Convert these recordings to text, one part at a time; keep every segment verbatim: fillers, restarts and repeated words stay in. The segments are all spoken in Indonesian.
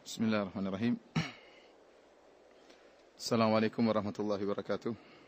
Bismillahirrahmanirrahim. Assalamualaikum warahmatullahi wabarakatuh.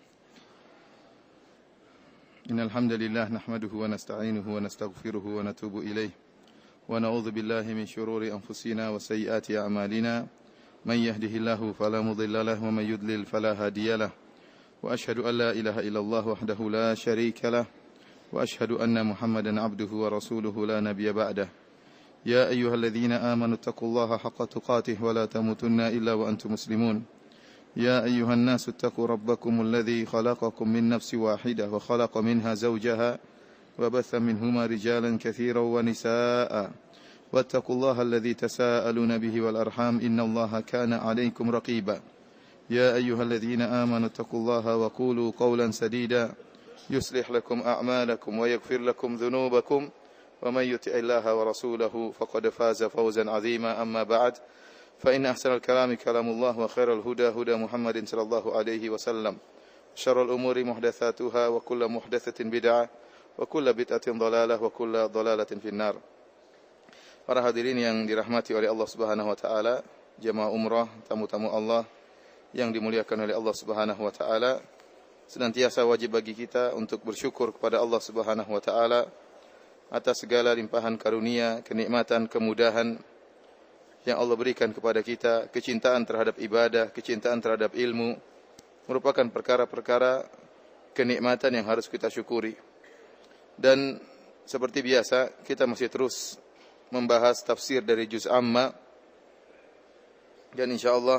Innal hamdalillah nahmaduhu wa nasta'inuhu wa nastaghfiruhu wa natubu ilayh. Wa na'udzu billahi min shururi anfusina wa sayyiati a'malina. Man yahdihillahu fala mudilla lahu wa man yudlil fala hadiyalah. Wa ashhadu an la ilaha illallah wahdahu la syarika lah. Wa ashhadu anna Muhammadan 'abduhu wa rasuluhu la nabiyya ba'dah. يا أيها الذين آمنوا اتقوا الله حق تقاته ولا تموتن إلا وأنتم مسلمون يا أيها الناس اتقوا ربكم الذي خلقكم من نفس واحدة وخلق منها زوجها وبث منهما رجالا كثيرا ونساء واتقوا الله الذي تساءلون به والأرحام إن الله كان عليكم رقيبا يا أيها الذين آمنوا اتقوا الله وقولوا قولا سديدا يصلح لكم أعمالكم ويغفر لكم ذنوبكم ومن يطع الله ورسوله فقد فاز فوزا عظيما أما بعد فإن أحسن الكلام كلام الله وخير الهدى هدى محمد صلى الله عليه وسلم شر الأمور محدثاتها وكل محدثة بدعة وكل بدعة ضلالة وكل ضلالة في النار. Para hadirin yang dirahmati oleh Allah Subhanahu wa taala, jemaah umrah, tamu-tamu Allah yang dimuliakan oleh Allah Subhanahu wa taala, senantiasa wajib bagi kita untuk bersyukur kepada Allah Subhanahu wa taala atas segala limpahan karunia, kenikmatan, kemudahan yang Allah berikan kepada kita. Kecintaan terhadap ibadah, kecintaan terhadap ilmu merupakan perkara-perkara kenikmatan yang harus kita syukuri. Dan seperti biasa, kita masih terus membahas tafsir dari juz amma. Dan insyaallah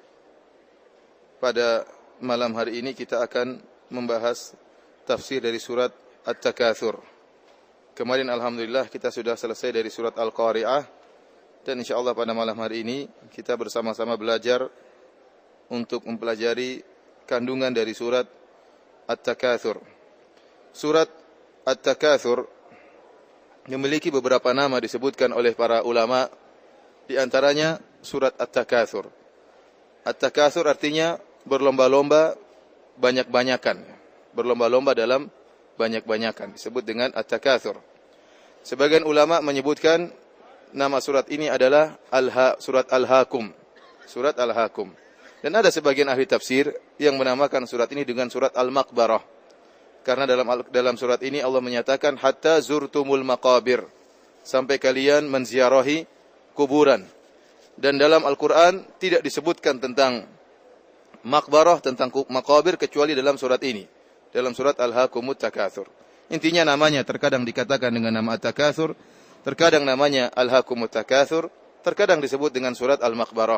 pada malam hari ini kita akan membahas tafsir dari surat At-Takatsur. Kemarin alhamdulillah kita sudah selesai dari surat Al-Qari'ah, dan insyaallah pada malam hari ini kita bersama-sama belajar untuk mempelajari kandungan dari surat At-Takatsur. Surat At-Takatsur memiliki beberapa nama disebutkan oleh para ulama, di antaranya surat At-Takatsur. At-Takatsur artinya berlomba-lomba, banyak-banyakan. Berlomba-lomba dalam banyak-banyakan, disebut dengan At-Takatsur. Sebagian ulama menyebutkan nama surat ini adalah Al-Ha, surat Al-Hakum. Surat Al-Hakum. Dan ada sebagian ahli tafsir yang menamakan surat ini dengan surat Al-Maqbarah. Karena dalam dalam surat ini Allah menyatakan hatta zurtumul maqabir, sampai kalian menziarahi kuburan. Dan dalam Al-Qur'an tidak disebutkan tentang maqbarah, tentang maqabir kecuali dalam surat ini. Dalam surat Al-Hakumut Takatsur. Intinya namanya terkadang dikatakan dengan nama At-Takatsur, terkadang namanya Al-Hakumut Takatsur, terkadang disebut dengan surat Al-Maqbarah.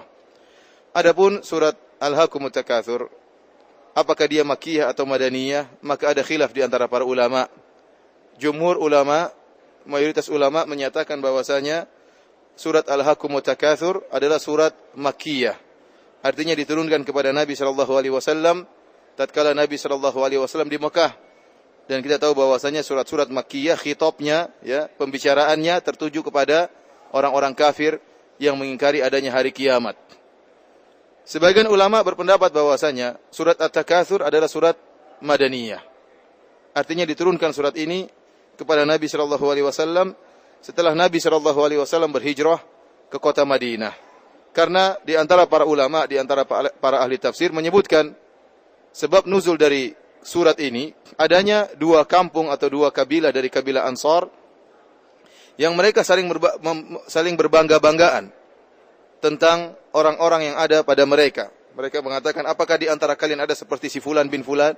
Adapun surat Al-Hakumut Takatsur, apakah dia Makkiyah atau Madaniyah, maka ada khilaf di antara para ulama. Jumhur ulama, mayoritas ulama menyatakan bahwasanya surat Al-Hakumut Takatsur adalah surat Makkiyah. Artinya diturunkan kepada Nabi sallallahu alaihi wasallam tatkala Nabi sallallahu alaihi wasallam di Mekah. Dan kita tahu bahwasanya surat-surat Makkiyah khitabnya, ya, pembicaraannya tertuju kepada orang-orang kafir yang mengingkari adanya hari kiamat. Sebagian ulama berpendapat bahwasanya surat At-Takatsur adalah surat Madaniyah. Artinya diturunkan surat ini kepada Nabi sallallahu alaihi wasallam setelah Nabi sallallahu alaihi wasallam berhijrah ke kota Madinah. Karena di antara para ulama, di antara para ahli tafsir menyebutkan sebab nuzul dari surat ini adanya dua kampung atau dua kabilah dari kabilah Ansar yang mereka saling berba, mem, saling berbangga-banggaan tentang orang-orang yang ada pada mereka. Mereka mengatakan, apakah di antara kalian ada seperti si Fulan bin Fulan?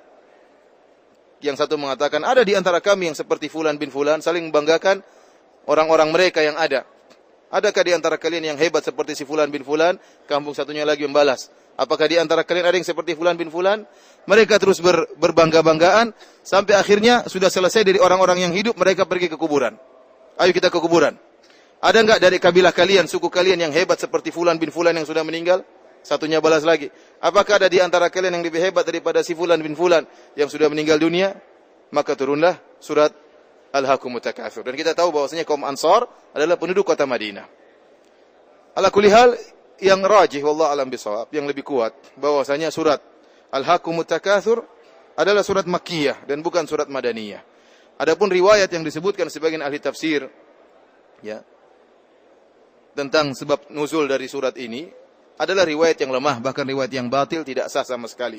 Yang satu mengatakan, ada di antara kami yang seperti Fulan bin Fulan, saling membanggakan orang-orang mereka yang ada. Adakah di antara kalian yang hebat seperti si Fulan bin Fulan? Kampung satunya lagi membalas, apakah di antara kalian ada yang seperti Fulan bin Fulan? Mereka terus ber, berbangga-banggaan sampai akhirnya sudah selesai dari orang-orang yang hidup, mereka pergi ke kuburan. Ayo kita ke kuburan. Ada enggak dari kabilah kalian, suku kalian yang hebat seperti Fulan bin Fulan yang sudah meninggal? Satunya balas lagi, apakah ada di antara kalian yang lebih hebat daripada si Fulan bin Fulan yang sudah meninggal dunia? Maka turunlah surat Al-Hakumut Takatsur. Dan kita tahu bahwasanya kaum Ansar adalah penduduk kota Madinah. Ala kulli hal, yang rajih wallahu alam bisawab, yang lebih kuat bahwasanya surat Al-Hakumut Takatsur adalah surat Makkiyah dan bukan surat Madaniyah. Adapun riwayat yang disebutkan sebagian ahli tafsir, ya, tentang sebab nuzul dari surat ini adalah riwayat yang lemah, bahkan riwayat yang batil, tidak sah sama sekali.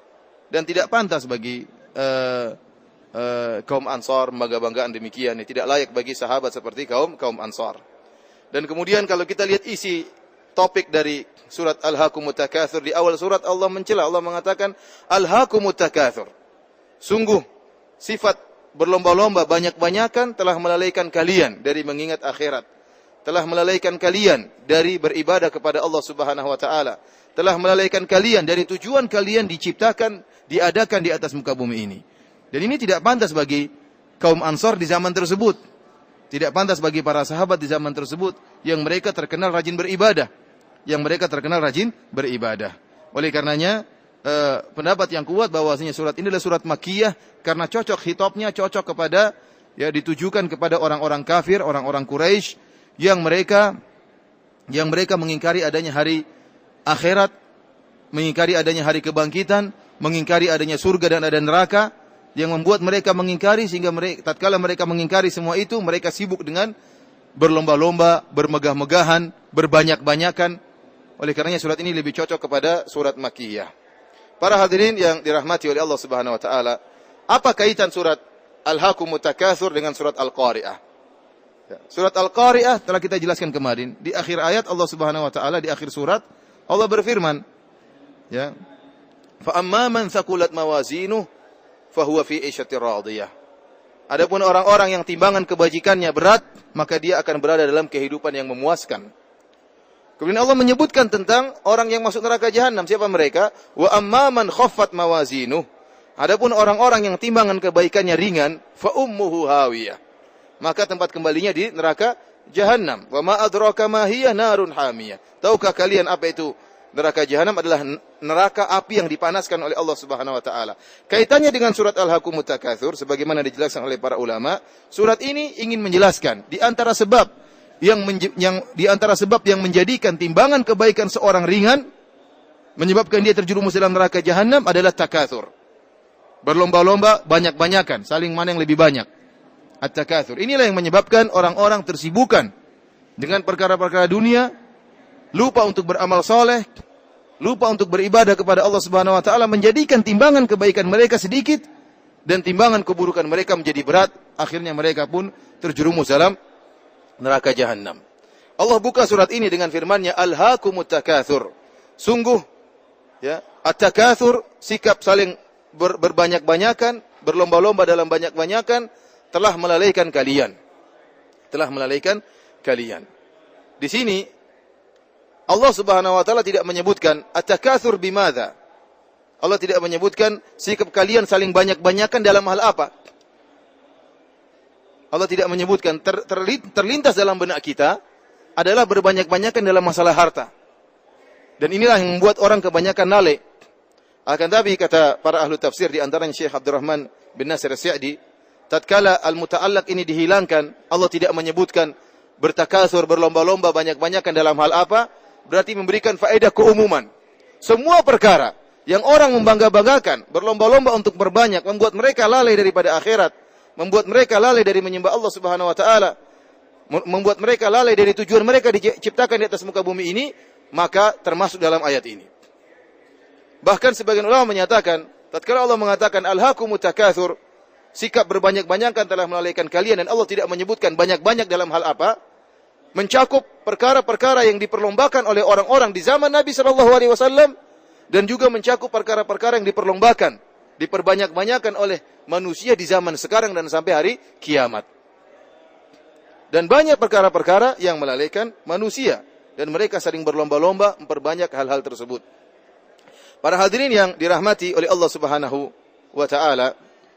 Dan tidak pantas bagi uh, uh, kaum Ansar membangga-banggaan demikian. Tidak layak bagi sahabat seperti kaum kaum Ansar. Dan kemudian kalau kita lihat isi topik dari surat Al-Hakumut Takatsur, di awal surat Allah mencela, Allah mengatakan Al-Hakumut Takatsur. Sungguh sifat berlomba-lomba banyak-banyakan telah melalaikan kalian dari mengingat akhirat. Telah melalaikan kalian dari beribadah kepada Allah Subhanahu wa taala. Telah melalaikan kalian dari tujuan kalian diciptakan, diadakan di atas muka bumi ini. Dan ini tidak pantas bagi kaum Ansar di zaman tersebut. Tidak pantas bagi para sahabat di zaman tersebut yang mereka terkenal rajin beribadah. Yang mereka terkenal rajin beribadah. Oleh karenanya, eh, pendapat yang kuat bahwasanya surat ini adalah surat Makkiyah karena cocok hitopnya, cocok kepada, ya, ditujukan kepada orang-orang kafir, orang-orang Quraisy yang mereka yang mereka mengingkari adanya hari akhirat, mengingkari adanya hari kebangkitan, mengingkari adanya surga dan ada neraka, yang membuat mereka mengingkari, sehingga mereka, tatkala mereka mengingkari semua itu, mereka sibuk dengan berlomba-lomba, bermegah-megahan, berbanyak-banyakan. Oleh karenanya surat ini lebih cocok kepada surat Makkiyah. Para hadirin yang dirahmati oleh Allah Subhanahu wa taala, apa kaitan surat Al-Hakumut Takatsur dengan surat Al-Qari'ah? Surat Al-Qari'ah telah kita jelaskan kemarin. Di akhir ayat Allah Subhanahu wa taala, di akhir surat Allah berfirman, ya, fa amma man thaqulat mawazinuhu fahuwa fi 'ishatir radiyah. Adapun orang-orang yang timbangan kebajikannya berat, maka dia akan berada dalam kehidupan yang memuaskan. Kemudian Allah menyebutkan tentang orang yang masuk neraka jahanam. Siapa mereka? Wa amma man khaffat mawazinuhu. Adapun orang-orang yang timbangan kebaikannya ringan, fa ummuhu hawiyah. Maka tempat kembalinya di neraka jahanam. Wa ma adraka ma hiya narun hamiyah. Tahukah kalian apa itu neraka jahanam? Adalah neraka api yang dipanaskan oleh Allah Subhanahu wa taala. Kaitannya dengan surat Al-Hakumut Takatsur sebagaimana dijelaskan oleh para ulama, surat ini ingin menjelaskan di antara sebab yang yang di antara sebab yang menjadikan timbangan kebaikan seorang ringan, menyebabkan dia terjerumus dalam neraka jahanam adalah takatsur. Berlomba-lomba, banyak-banyakan, saling mana yang lebih banyak. At-takatsur. Inilah yang menyebabkan orang-orang tersibukan dengan perkara-perkara dunia, lupa untuk beramal soleh, lupa untuk beribadah kepada Allah Subhanahu wa taala, menjadikan timbangan kebaikan mereka sedikit dan timbangan keburukan mereka menjadi berat. Akhirnya mereka pun terjerumus dalam neraka jahanam. Allah buka surat ini dengan firman-Nya, Al-Hakumut Takatsur. Sungguh, ya, at-takatsur, sikap saling ber, berbanyak-banyakan, berlomba-lomba dalam banyak-banyakan, telah melalaikan kalian. Telah melalaikan kalian. Di sini Allah Subhanahu wa taala tidak menyebutkan at-takatsur bimadza. Allah tidak menyebutkan sikap kalian saling banyak-banyakan dalam hal apa. Allah tidak menyebutkan. Ter, terlintas dalam benak kita adalah berbanyak-banyakan dalam masalah harta. Dan inilah yang membuat orang kebanyakan lalai. Akan tapi kata para ahli tafsir, di antaranya Syekh Abdurrahman bin Nasir As-Sa'di, tatkala al-muta'allaq ini dihilangkan, Allah tidak menyebutkan bertakatsur, berlomba-lomba, banyak-banyakan dalam hal apa, berarti memberikan faedah keumuman. Semua perkara yang orang membangga-banggakan, berlomba-lomba untuk berbanyak, membuat mereka lalai daripada akhirat, membuat mereka lalai dari menyembah Allah Subhanahu wa taala, membuat mereka lalai dari tujuan mereka diciptakan di atas muka bumi ini, maka termasuk dalam ayat ini. Bahkan sebagian ulama menyatakan, tatkala Allah mengatakan Al-Hakumut Takatsur, sikap berbanyak-banyakan telah melalaikan kalian, dan Allah tidak menyebutkan banyak-banyak dalam hal apa, mencakup perkara-perkara yang diperlombakan oleh orang-orang di zaman Nabi Shallallahu Alaihi Wasallam, dan juga mencakup perkara-perkara yang diperlombakan, diperbanyak-banyakan oleh manusia di zaman sekarang dan sampai hari kiamat. Dan banyak perkara-perkara yang melalaikan manusia, dan mereka saling berlomba-lomba memperbanyak hal-hal tersebut. Para hadirin yang dirahmati oleh Allah Subhanahu wa taala,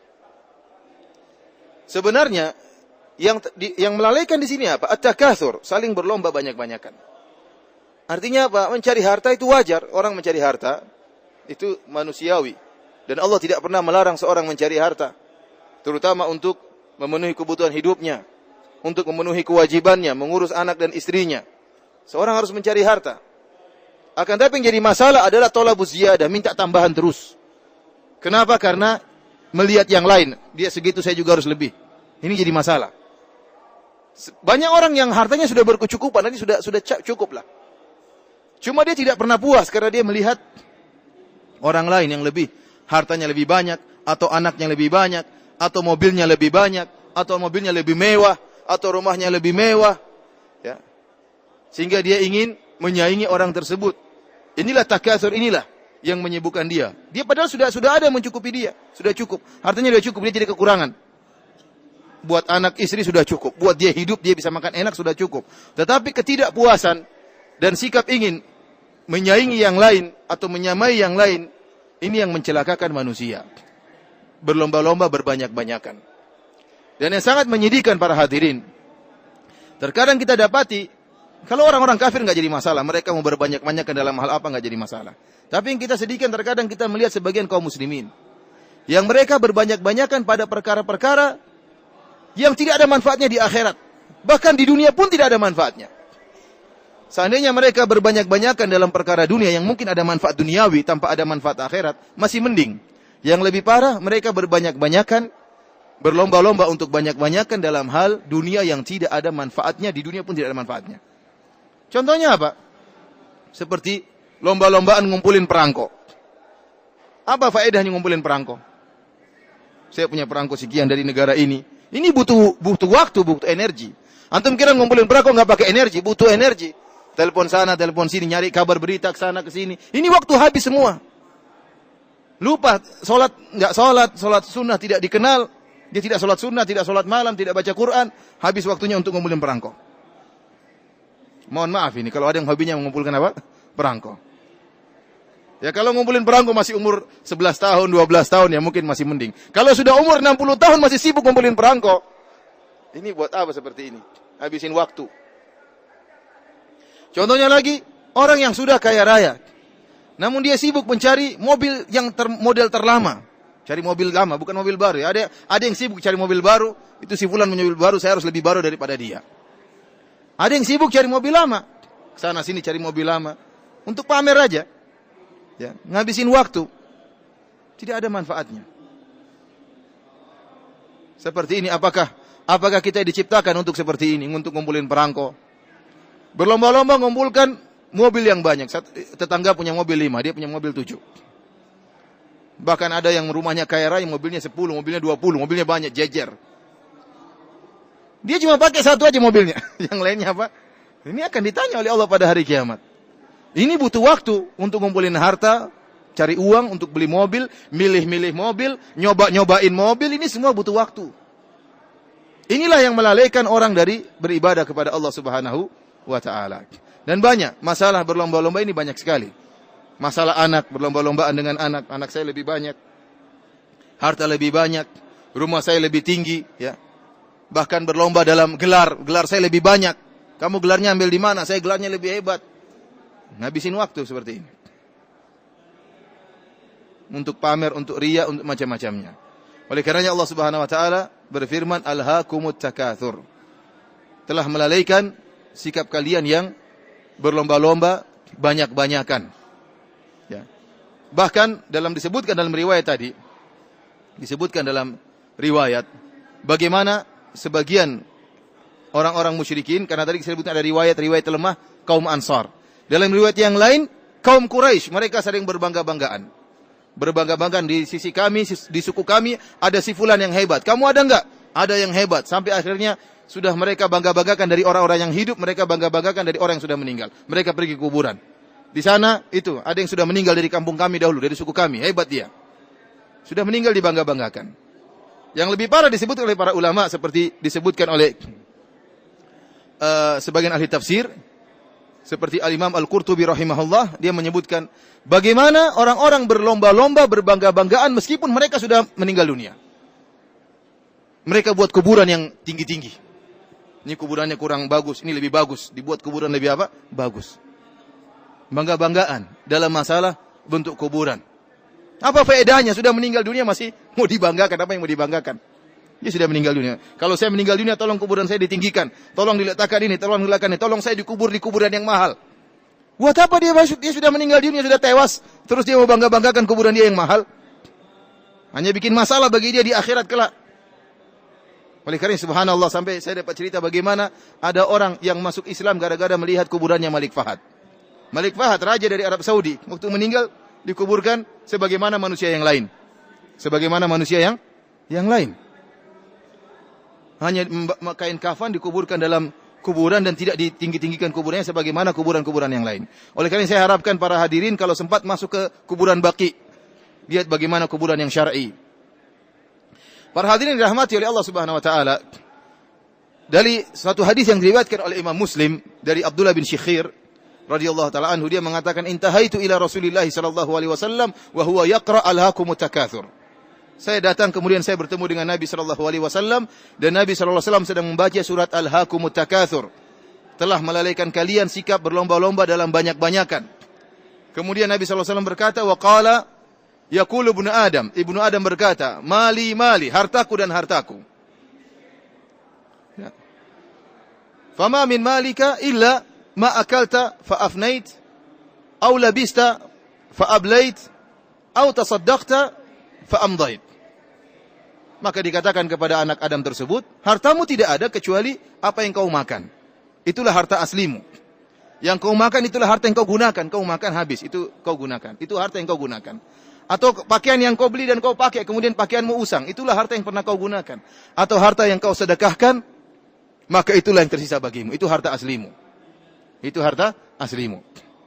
sebenarnya yang yang melalaikan di sini apa? At-takatsur, saling berlomba banyak-banyakan. Artinya apa? Mencari harta itu wajar, orang mencari harta itu manusiawi, dan Allah tidak pernah melarang seorang mencari harta, terutama untuk memenuhi kebutuhan hidupnya, untuk memenuhi kewajibannya, mengurus anak dan istrinya. Seorang harus mencari harta. Akan tapi yang jadi masalah adalah tolabuz ziyadah, minta tambahan terus. Kenapa? Karena melihat yang lain, dia segitu, saya juga harus lebih. Ini jadi masalah. Banyak orang yang hartanya sudah berkecukupan, nanti sudah sudah cukup lah. Cuma dia tidak pernah puas karena dia melihat orang lain yang lebih hartanya lebih banyak, atau anaknya lebih banyak, atau mobilnya lebih banyak, atau mobilnya lebih mewah, atau rumahnya lebih mewah, ya. Sehingga dia ingin menyaingi orang tersebut. Inilah takatsur, inilah yang menyibukkan dia. Dia padahal sudah sudah ada mencukupi dia, sudah cukup. Hartanya sudah cukup, dia tidak kekurangan. Buat anak istri sudah cukup, buat dia hidup dia bisa makan enak sudah cukup. Tetapi ketidakpuasan dan sikap ingin menyaingi yang lain atau menyamai yang lain, ini yang mencelakakan manusia. Berlomba-lomba berbanyak-banyakan. Dan yang sangat menyedihkan para hadirin, terkadang kita dapati, kalau orang-orang kafir nggak jadi masalah, mereka mau berbanyak-banyakan dalam hal apa nggak jadi masalah. Tapi yang kita sedihkan terkadang kita melihat sebagian kaum muslimin, yang mereka berbanyak-banyakan pada perkara-perkara yang tidak ada manfaatnya di akhirat. Bahkan di dunia pun tidak ada manfaatnya. Seandainya mereka berbanyak-banyakan dalam perkara dunia yang mungkin ada manfaat duniawi tanpa ada manfaat akhirat, masih mending. Yang lebih parah, mereka berbanyak-banyakan, berlomba-lomba untuk banyak-banyakan dalam hal dunia yang tidak ada manfaatnya, di dunia pun tidak ada manfaatnya. Contohnya apa? Seperti lomba-lombaan ngumpulin perangko. Apa faedahnya ngumpulin perangko? Saya punya perangko sekian dari negara ini. Ini butuh butuh waktu, butuh energi. Antum kira ngumpulin perangko nggak pakai energi? Butuh energi. Telepon sana, telepon sini, nyari kabar berita ke sana ke sini. Ini waktu habis semua. Lupa sholat, nggak sholat, sholat sunnah tidak dikenal. Dia tidak sholat sunnah, tidak sholat malam, tidak baca Quran. Habis waktunya untuk ngumpulin perangko. Mohon maaf ini, kalau ada yang hobinya mengumpulkan apa? Perangko. Ya kalau ngumpulin perangko masih umur sebelas tahun, dua belas tahun, ya mungkin masih mending. Kalau sudah umur enam puluh tahun masih sibuk ngumpulin perangko. Ini buat apa seperti ini? Habisin waktu. Contohnya lagi, orang yang sudah kaya raya. Namun dia sibuk mencari mobil yang ter, model terlama. Cari mobil lama, bukan mobil baru. Ya, ada, ada yang sibuk cari mobil baru, itu si fulan punya mobil baru, saya harus lebih baru daripada dia. Ada yang sibuk cari mobil lama. Sana sini cari mobil lama. Untuk pamer aja. Ya, ngabisin waktu. Tidak ada manfaatnya. Seperti ini, apakah apakah kita diciptakan untuk seperti ini, untuk ngumpulin perangko? Berlomba-lomba ngumpulkan mobil yang banyak. Tetangga punya mobil lima, dia punya mobil tujuh. Bahkan ada yang rumahnya kaya raya, mobilnya sepuluh, mobilnya dua puluh, mobilnya banyak, jejer. Dia cuma pakai satu aja mobilnya. Yang lainnya apa? Ini akan ditanya oleh Allah pada hari kiamat. Ini butuh waktu untuk ngumpulin harta, cari uang untuk beli mobil, milih-milih mobil, nyoba-nyobain mobil, ini semua butuh waktu. Inilah yang melalaikan orang dari beribadah kepada Allah Subhanahu wa taala. Dan banyak masalah berlomba-lomba ini banyak sekali. Masalah anak, berlomba-lombaan dengan anak, anak saya lebih banyak, harta lebih banyak, rumah saya lebih tinggi, ya. Bahkan berlomba dalam gelar, gelar saya lebih banyak. Kamu gelarnya ambil di mana? Saya gelarnya lebih hebat. Ngabisin waktu seperti ini. Untuk pamer, untuk riya, untuk macam-macamnya. Oleh karenanya Allah Subhanahu wa taala berfirman, "Alhaakumut takatsur." Telah melalaikan sikap kalian yang berlomba-lomba banyak-banyakan. Ya. Bahkan dalam disebutkan dalam riwayat tadi, disebutkan dalam riwayat bagaimana sebagian orang-orang musyrikin, karena tadi disebutkan ada riwayat-riwayat lemah kaum Ansar. Dalam riwayat yang lain, kaum Quraisy, mereka sering berbangga-banggaan. Berbangga-banggaan di sisi kami, di suku kami, ada si fulan yang hebat. Kamu ada enggak? Ada yang hebat. Sampai akhirnya sudah mereka bangga-banggakan dari orang-orang yang hidup, mereka bangga-banggakan dari orang yang sudah meninggal. Mereka pergi ke kuburan. Di sana, itu, ada yang sudah meninggal dari kampung kami dahulu, dari suku kami. Hebat dia. Sudah meninggal dibangga-banggakan. Yang lebih parah disebut oleh para ulama, seperti disebutkan oleh uh, sebagian ahli tafsir, seperti Al-Imam Al-Qurtubi rahimahullah, dia menyebutkan bagaimana orang-orang berlomba-lomba, berbangga-banggaan meskipun mereka sudah meninggal dunia. Mereka buat kuburan yang tinggi-tinggi. Ini kuburannya kurang bagus, ini lebih bagus. Dibuat kuburan lebih apa? Bagus. Bangga-banggaan dalam masalah bentuk kuburan. Apa faedahnya? Sudah meninggal dunia masih mau dibanggakan. Apa yang mau dibanggakan? Dia sudah meninggal dunia. Kalau saya meninggal dunia, tolong kuburan saya ditinggikan. Tolong diletakkan ini, tolong diletakkan ini. Tolong saya dikubur di kuburan yang mahal. Buat apa dia masuk? Dia sudah meninggal dunia, sudah tewas. Terus dia mau bangga-banggakan kuburan dia yang mahal. Hanya bikin masalah bagi dia di akhirat kelak. Oleh karena subhanallah, sampai saya dapat cerita bagaimana ada orang yang masuk Islam gara-gara melihat kuburannya Malik Fahad. Malik Fahad, raja dari Arab Saudi, waktu meninggal dikuburkan sebagaimana manusia yang lain. Sebagaimana manusia yang yang lain. Hanya kain kafan dikuburkan dalam kuburan dan tidak ditinggi-tinggikan kuburannya sebagaimana kuburan-kuburan yang lain. Oleh karena saya harapkan para hadirin kalau sempat masuk ke kuburan Baqi, lihat bagaimana kuburan yang syar'i. Para hadirin dirahmati oleh Allah Subhanahu wa taala, dari satu hadis yang diriwayatkan oleh Imam Muslim dari Abdullah bin Syikhir radhiyallahu taala anhu, dia mengatakan intahaitu ila Rasulillah sallallahu alaihi wasallam wa huwa yaqra alhaakumut takatsur. Saya datang kemudian saya bertemu dengan Nabi sallallahu alaihi wasallam dan Nabi sallallahu alaihi wasallam sedang membaca surat alhaakumut takatsur. Telah melalaikan kalian sikap berlomba-lomba dalam banyak-banyakan. Kemudian Nabi sallallahu alaihi wasallam berkata, wa qala yaqulu ibnu Adam, ibnu Adam berkata, mali mali, hartaku dan hartaku. Ya. Fama min malika illa ma akalta fa afnait, aw labista fa ablait, aw tasaddaqta fa amdait. Maka dikatakan kepada anak Adam tersebut, hartamu tidak ada kecuali apa yang kau makan. Itulah harta aslimu. Yang kau makan itulah harta yang kau gunakan. Kau makan habis, itu kau gunakan. Itu harta yang kau gunakan. Atau pakaian yang kau beli dan kau pakai, kemudian pakaianmu usang. Itulah harta yang pernah kau gunakan. Atau harta yang kau sedekahkan, maka itulah yang tersisa bagimu. Itu harta aslimu. Itu harta aslimu.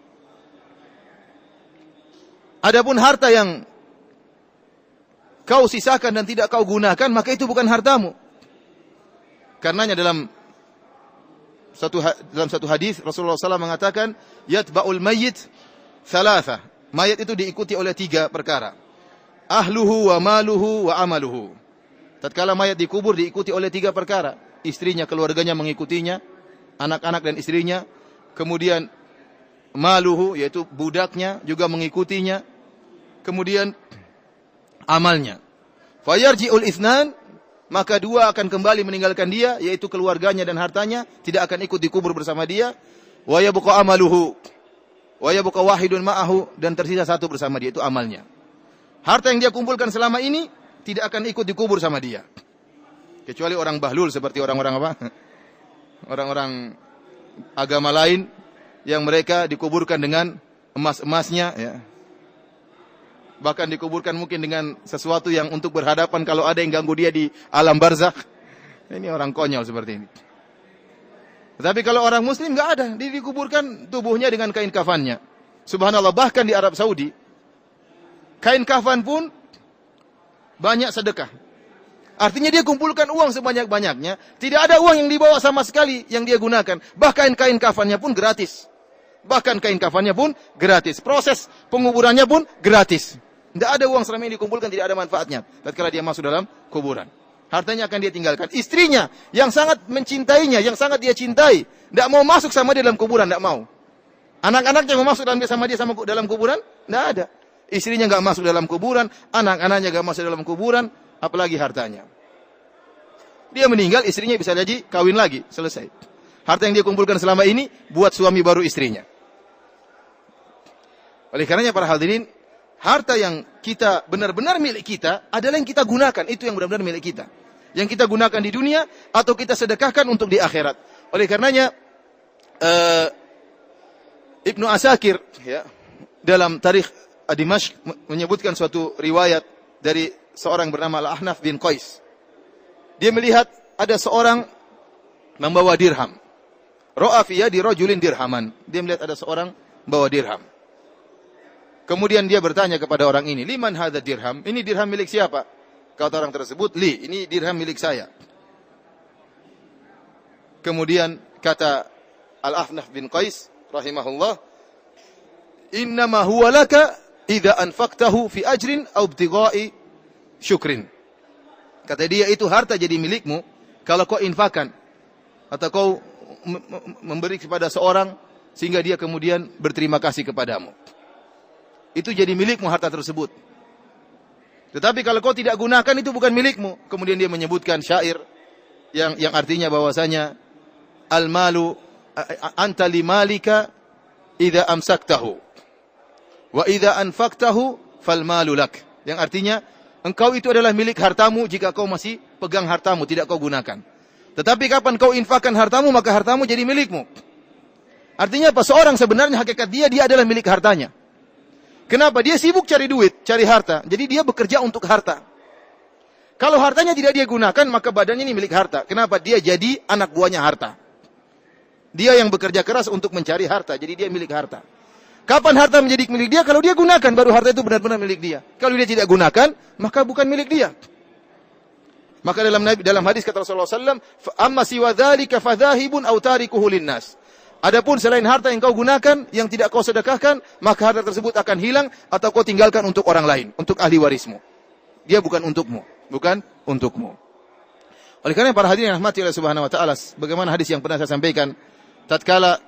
Adapun harta yang kau sisakan dan tidak kau gunakan, maka itu bukan hartamu. Karenanya dalam satu dalam satu hadis Rasulullah shallallahu alaihi wasallam mengatakan, yatba'ul mayyit thalatha. Mayat itu diikuti oleh tiga perkara. Ahluhu wa maluhu wa amaluhu. Tatkala mayat dikubur diikuti oleh tiga perkara. Istrinya, keluarganya mengikutinya, anak-anak dan istrinya. Kemudian maluhu, yaitu budaknya juga mengikutinya. Kemudian amalnya. Fayarji'ul itsnan, maka dua akan kembali meninggalkan dia, yaitu keluarganya dan hartanya, tidak akan ikut dikubur bersama dia. Wa yabqa amaluhu. Wa yabqa wahidun ma'ahu, dan tersisa satu bersama dia, itu amalnya. Harta yang dia kumpulkan selama ini tidak akan ikut dikubur sama dia. Kecuali orang bahlul seperti orang-orang apa? Orang-orang agama lain yang mereka dikuburkan dengan emas-emasnya, ya. Bahkan dikuburkan mungkin dengan sesuatu yang untuk berhadapan kalau ada yang ganggu dia di alam barzakh. Ini orang konyol seperti ini. Tetapi kalau orang muslim enggak ada, dia dikuburkan tubuhnya dengan kain kafannya. Subhanallah, bahkan di Arab Saudi kain kafan pun banyak sedekah. Artinya dia kumpulkan uang sebanyak-banyaknya, tidak ada uang yang dibawa sama sekali yang dia gunakan. Bahkan kain kafannya pun gratis. Bahkan kain kafannya pun gratis. Proses penguburannya pun gratis. Tidak ada uang selama ini dikumpulkan, tidak ada manfaatnya tatkala dia masuk dalam kuburan. Hartanya akan dia tinggalkan. Istrinya yang sangat mencintainya, yang sangat dia cintai, tidak mau masuk sama dia dalam kuburan, tidak mau. Anak-anaknya mau masuk dalam sama dia sama dalam kuburan, tidak ada. Istrinya enggak masuk dalam kuburan, anak-anaknya enggak masuk dalam kuburan, apalagi hartanya. Dia meninggal, istrinya bisa jadi kawin lagi, selesai. Harta yang dia kumpulkan selama ini buat suami baru istrinya. Oleh karenanya para hadirin, harta yang kita benar-benar milik kita adalah yang kita gunakan, itu yang benar-benar milik kita. Yang kita gunakan di dunia atau kita sedekahkan untuk di akhirat. Oleh karenanya uh, Ibnu Asakir, ya, dalam Tarikh Dimashq menyebutkan suatu riwayat dari seorang bernama Al-Ahnaf bin Qais. Dia melihat ada seorang membawa dirham. Ra'a fi yadi rajulin dirhaman. Dia melihat ada seorang membawa dirham. Kemudian dia bertanya kepada orang ini, "Liman hadza dirham?" Ini dirham milik siapa? Kata orang tersebut, "Li, ini dirham milik saya." Kemudian kata Al-Ahnaf bin Qais rahimahullah, "Innama huwa laka idza anfaqtahu fi ajrin aw ibtigha'i syukrin." Kata dia, itu harta jadi milikmu kalau kau infakkan atau kau memberi kepada seorang sehingga dia kemudian berterima kasih kepadamu. Itu jadi milikmu harta tersebut. Tetapi kalau kau tidak gunakan, itu bukan milikmu. Kemudian dia menyebutkan syair yang yang artinya bahwasanya al-malu anta limalika idza amsaktahu wa idza anfaqtahu fal malu lak. Yang artinya engkau itu adalah milik hartamu jika kau masih pegang hartamu, tidak kau gunakan. Tetapi kapan kau infakkan hartamu, maka hartamu jadi milikmu. Artinya apa? Seorang sebenarnya hakikat dia, dia adalah milik hartanya. Kenapa? Dia sibuk cari duit, cari harta. Jadi dia bekerja untuk harta. Kalau hartanya tidak dia gunakan, maka badannya ini milik harta. Kenapa? Dia jadi anak buahnya harta. Dia yang bekerja keras untuk mencari harta, jadi dia milik harta. Kapan harta menjadi milik dia? Kalau dia gunakan, baru harta itu benar-benar milik dia. Kalau dia tidak gunakan, maka bukan milik dia. Maka dalam dalam hadis kata Rasulullah sallallahu alaihi wasallam, "Amma siwa dzalika fadhahibun aw tarikuhu linnas." Adapun selain harta yang kau gunakan, yang tidak kau sedekahkan, maka harta tersebut akan hilang atau kau tinggalkan untuk orang lain, untuk ahli warismu. Dia bukan untukmu, bukan untukmu. Oleh karena para hadirin yang rahmati Allah Subhanahu wa taala, bagaimana hadis yang pernah saya sampaikan, tatkala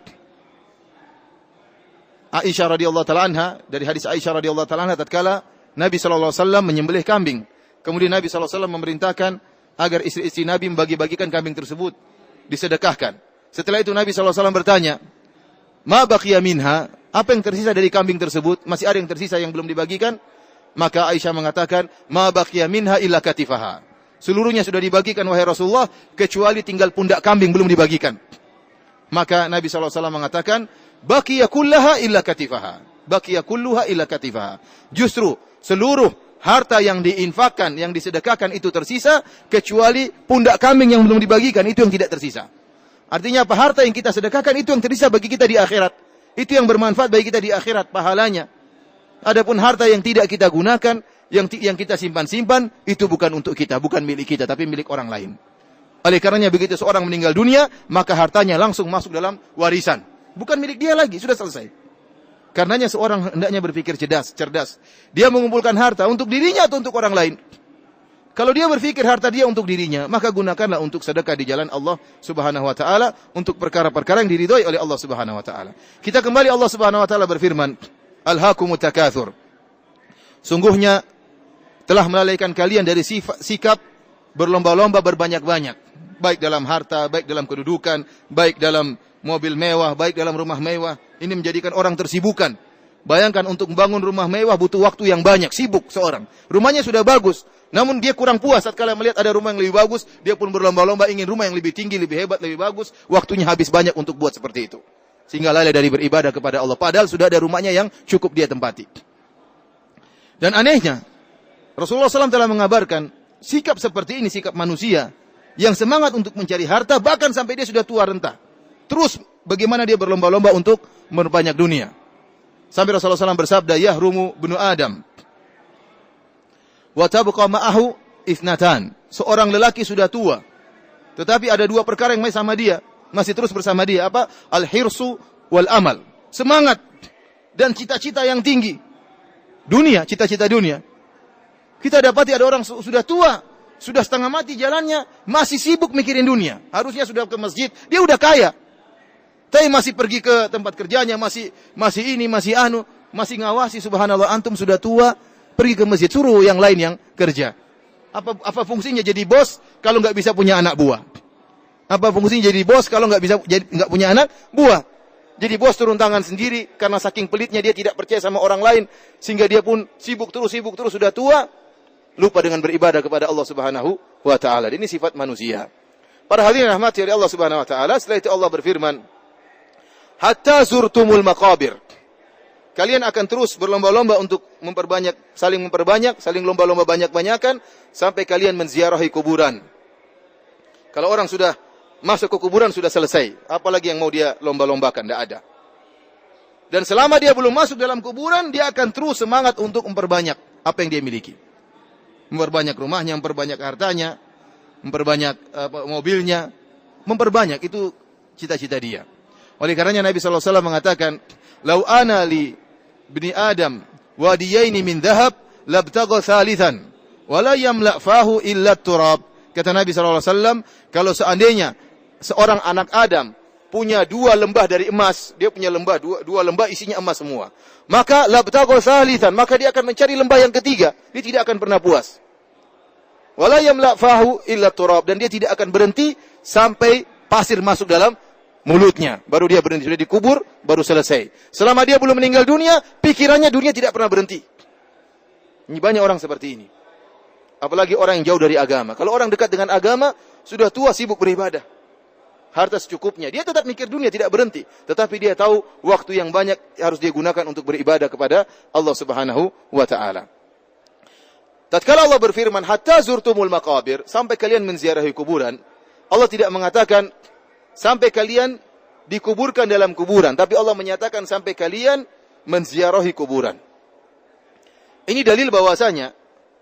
Aisyah radhiyallahu taala anha, dari hadis Aisyah radhiyallahu taala anha, tatkala Nabi sallallahu alaihi wasallam menyembelih kambing. Kemudian Nabi sallallahu alaihi wasallam memerintahkan agar istri-istri Nabi membagi-bagikan kambing tersebut, disedekahkan. Setelah itu Nabi sallallahu alaihi wasallam bertanya, "Ma baqiya minha?" Apa yang tersisa dari kambing tersebut? Masih ada yang tersisa yang belum dibagikan? Maka Aisyah mengatakan, "Ma baqiya minha illa katifaha." Seluruhnya sudah dibagikan wahai Rasulullah, kecuali tinggal pundak kambing belum dibagikan. Maka Nabi sallallahu alaihi wasallam mengatakan, "Baqiya kullaha illa katifaha." Baqiya kulluha illa katifaha. Justru seluruh harta yang diinfakkan, yang disedekahkan itu tersisa, kecuali pundak kambing yang belum dibagikan, itu yang tidak tersisa. Artinya apa? Harta yang kita sedekahkan itu yang tersisa bagi kita di akhirat. Itu yang bermanfaat bagi kita di akhirat, pahalanya. Adapun harta yang tidak kita gunakan, yang yang kita simpan-simpan, itu bukan untuk kita, bukan milik kita, tapi milik orang lain. Oleh karenanya begitu seorang meninggal dunia, maka hartanya langsung masuk dalam warisan. Bukan milik dia lagi, sudah selesai. Karenanya seorang hendaknya berpikir cerdas, cerdas. Dia mengumpulkan harta untuk dirinya atau untuk orang lain. Kalau dia berpikir harta dia untuk dirinya, maka gunakanlah untuk sedekah di jalan Allah Subhanahu wa taala, untuk perkara-perkara yang diridhoi oleh Allah Subhanahu wa taala. Kita kembali, Allah Subhanahu wa taala berfirman, "Alhaakumut takatsur." Sungguhnya telah melalaikan kalian dari sifat, sikap berlomba-lomba berbanyak-banyak, baik dalam harta, baik dalam kedudukan, baik dalam mobil mewah, baik dalam rumah mewah. Ini menjadikan orang tersibukkan. Bayangkan untuk membangun rumah mewah butuh waktu yang banyak, sibuk seorang. Rumahnya sudah bagus, namun dia kurang puas tatkala melihat ada rumah yang lebih bagus, dia pun berlomba-lomba ingin rumah yang lebih tinggi, lebih hebat, lebih bagus. Waktunya habis banyak untuk buat seperti itu. Sehingga lalai dari beribadah kepada Allah. Padahal sudah ada rumahnya yang cukup dia tempati. Dan anehnya, Rasulullah shallallahu alaihi wasallam telah mengabarkan sikap seperti ini, sikap manusia yang semangat untuk mencari harta, bahkan sampai dia sudah tua renta. Terus bagaimana dia berlomba-lomba untuk memperbanyak dunia. Sampai Rasulullah shallallahu alaihi wasallam bersabda, "Yahrumu ibnu Adam wa tabqa ma'ahu ithnatan." Seorang lelaki sudah tua, tetapi ada dua perkara yang masih sama dia, masih terus bersama dia. Apa? Al-hirsu wal amal. Semangat dan cita-cita yang tinggi. Dunia, cita-cita dunia. Kita dapati ada orang sudah tua, sudah setengah mati jalannya, masih sibuk mikirin dunia. Harusnya sudah ke masjid, dia udah kaya. Tapi masih pergi ke tempat kerjanya, masih masih ini, masih anu, masih ngawasi. Subhanallah, antum sudah tua, pergi ke masjid, suruh yang lain yang kerja. Apa apa fungsinya jadi bos kalau nggak bisa punya anak buah? Apa fungsinya jadi bos kalau nggak bisa jadi nggak punya anak buah? Jadi bos turun tangan sendiri karena saking pelitnya dia tidak percaya sama orang lain, sehingga dia pun sibuk terus sibuk terus sudah tua, lupa dengan beribadah kepada Allah Subhanahu wa taala. Ini sifat manusia. Para hadirin rahmati oleh Allah Subhanahu wa taala, setelah itu Allah berfirman, "Hatta zurtumul maqabir." Kalian akan terus berlomba-lomba untuk memperbanyak, saling memperbanyak, saling lomba-lomba banyak-banyakan sampai kalian menziarahi kuburan. Kalau orang sudah masuk ke kuburan sudah selesai, apalagi yang mau dia lomba-lombakan, tidak ada. Dan selama dia belum masuk dalam kuburan, dia akan terus semangat untuk memperbanyak apa yang dia miliki. Memperbanyak rumahnya, memperbanyak hartanya, memperbanyak uh, mobilnya, memperbanyak, itu cita-cita dia. Oleh karenanya Nabi sallallahu alaihi wasallam mengatakan, "Lau ana li bni Adam wadiyaini min dhahab labtagha thalithan wa la yamla fahu illa turab." Kata Nabi sallallahu alaihi wasallam, kalau seandainya seorang anak Adam punya dua lembah dari emas, dia punya lembah dua, dua lembah isinya emas semua, maka labtagha thalithan, maka dia akan mencari lembah yang ketiga, dia tidak akan pernah puas. Wa la yamla fahu illa turab, dan dia tidak akan berhenti sampai pasir masuk dalam mulutnya, baru dia berhenti. Sudah dikubur, baru selesai. Selama dia belum meninggal dunia, pikirannya dunia tidak pernah berhenti. Ini banyak orang seperti ini. Apalagi orang yang jauh dari agama. Kalau orang dekat dengan agama, sudah tua sibuk beribadah. Harta secukupnya. Dia tetap mikir dunia, tidak berhenti. Tetapi dia tahu waktu yang banyak harus dia gunakan untuk beribadah kepada Allah Subhanahu wa taala. Tatkala Allah berfirman, "Hatta zurtumul maqabir," sampai kalian menziarahi kuburan. Allah tidak mengatakan sampai kalian dikuburkan dalam kuburan, tapi Allah menyatakan sampai kalian menziarahi kuburan. Ini dalil bahwasanya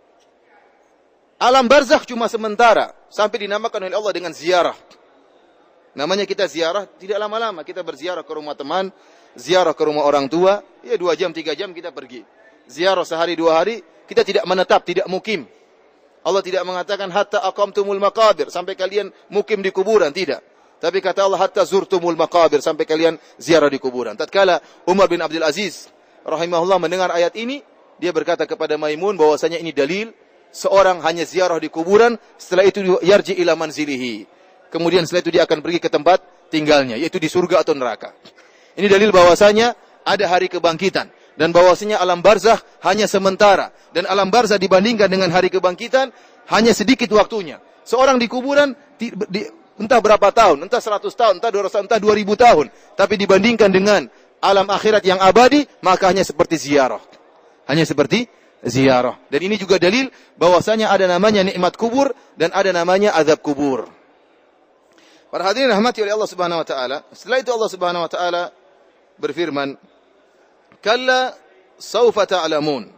alam barzakh cuma sementara, sampai dinamakan oleh Allah dengan ziarah. Namanya kita ziarah tidak lama-lama, kita berziarah ke rumah teman, ziarah ke rumah orang tua, ya dua jam, tiga jam kita pergi. Ziarah sehari, dua hari, kita tidak menetap, tidak mukim. Allah tidak mengatakan hatta aqamtumul maqabir, sampai kalian mukim di kuburan, tidak. Tapi kata Allah hatta zurtumul maqabir, sampai kalian ziarah di kuburan. Tatkala Umar bin Abdul Aziz rahimahullah mendengar ayat ini, dia berkata kepada Maimun bahwasanya ini dalil seorang hanya ziarah di kuburan, setelah itu yarji ila manzilihi. Kemudian setelah itu dia akan pergi ke tempat tinggalnya, yaitu di surga atau neraka. Ini dalil bahwasanya ada hari kebangkitan. Dan bahwasanya alam barzakh hanya sementara. Dan alam barzakh dibandingkan dengan hari kebangkitan, hanya sedikit waktunya. Seorang di kuburan, di, di, entah berapa tahun, entah seratus tahun, entah dua ratus tahun, entah dua ribu tahun. Tapi dibandingkan dengan alam akhirat yang abadi, maka hanya seperti ziarah. Hanya seperti ziarah. Dan ini juga dalil bahwasanya ada namanya nikmat kubur, dan ada namanya azab kubur. Para hadirin rahmati oleh Allah Subhanahu wa taala. Setelah itu Allah Subhanahu wa taala berfirman, "Kalla saufa ta'lamun."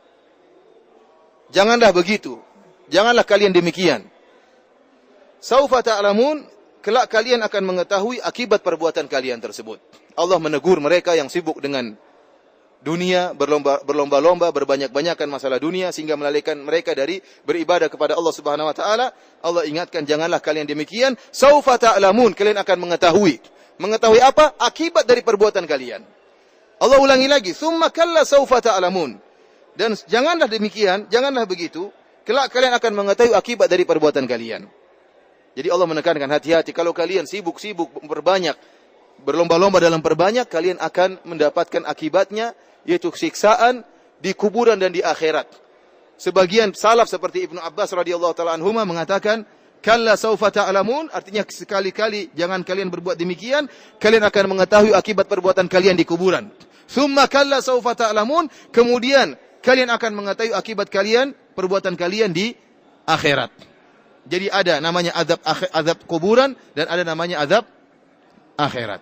Janganlah begitu. Janganlah kalian demikian. Saufa ta'lamun, kelak kalian akan mengetahui akibat perbuatan kalian tersebut. Allah menegur mereka yang sibuk dengan dunia, berlomba, berlomba-lomba, berbanyak-banyakan masalah dunia, sehingga melalaikan mereka dari beribadah kepada Allah Subhanahu wa taala. Allah ingatkan, janganlah kalian demikian. Saufa ta'lamun, kalian akan mengetahui. Mengetahui apa? Akibat dari perbuatan kalian. Allah ulangi lagi, summa kalla saufa ta'lamun. Dan janganlah demikian, janganlah begitu, kelak kalian akan mengetahui akibat dari perbuatan kalian. Jadi Allah menekankan, hati-hati, kalau kalian sibuk-sibuk berbanyak, berlomba-lomba dalam perbanyak, kalian akan mendapatkan akibatnya, yaitu siksaan di kuburan dan di akhirat. Sebagian salaf seperti Ibnu Abbas radhiyallahu taala anhuma mengatakan, kalla saufa ta'lamun, artinya sekali-kali jangan kalian berbuat demikian, kalian akan mengetahui akibat perbuatan kalian di kuburan. Summa kalla saufa ta'lamun, kemudian kalian akan mengetahui akibat kalian, perbuatan kalian di akhirat. Jadi ada namanya azab azab kuburan dan ada namanya azab akhirat.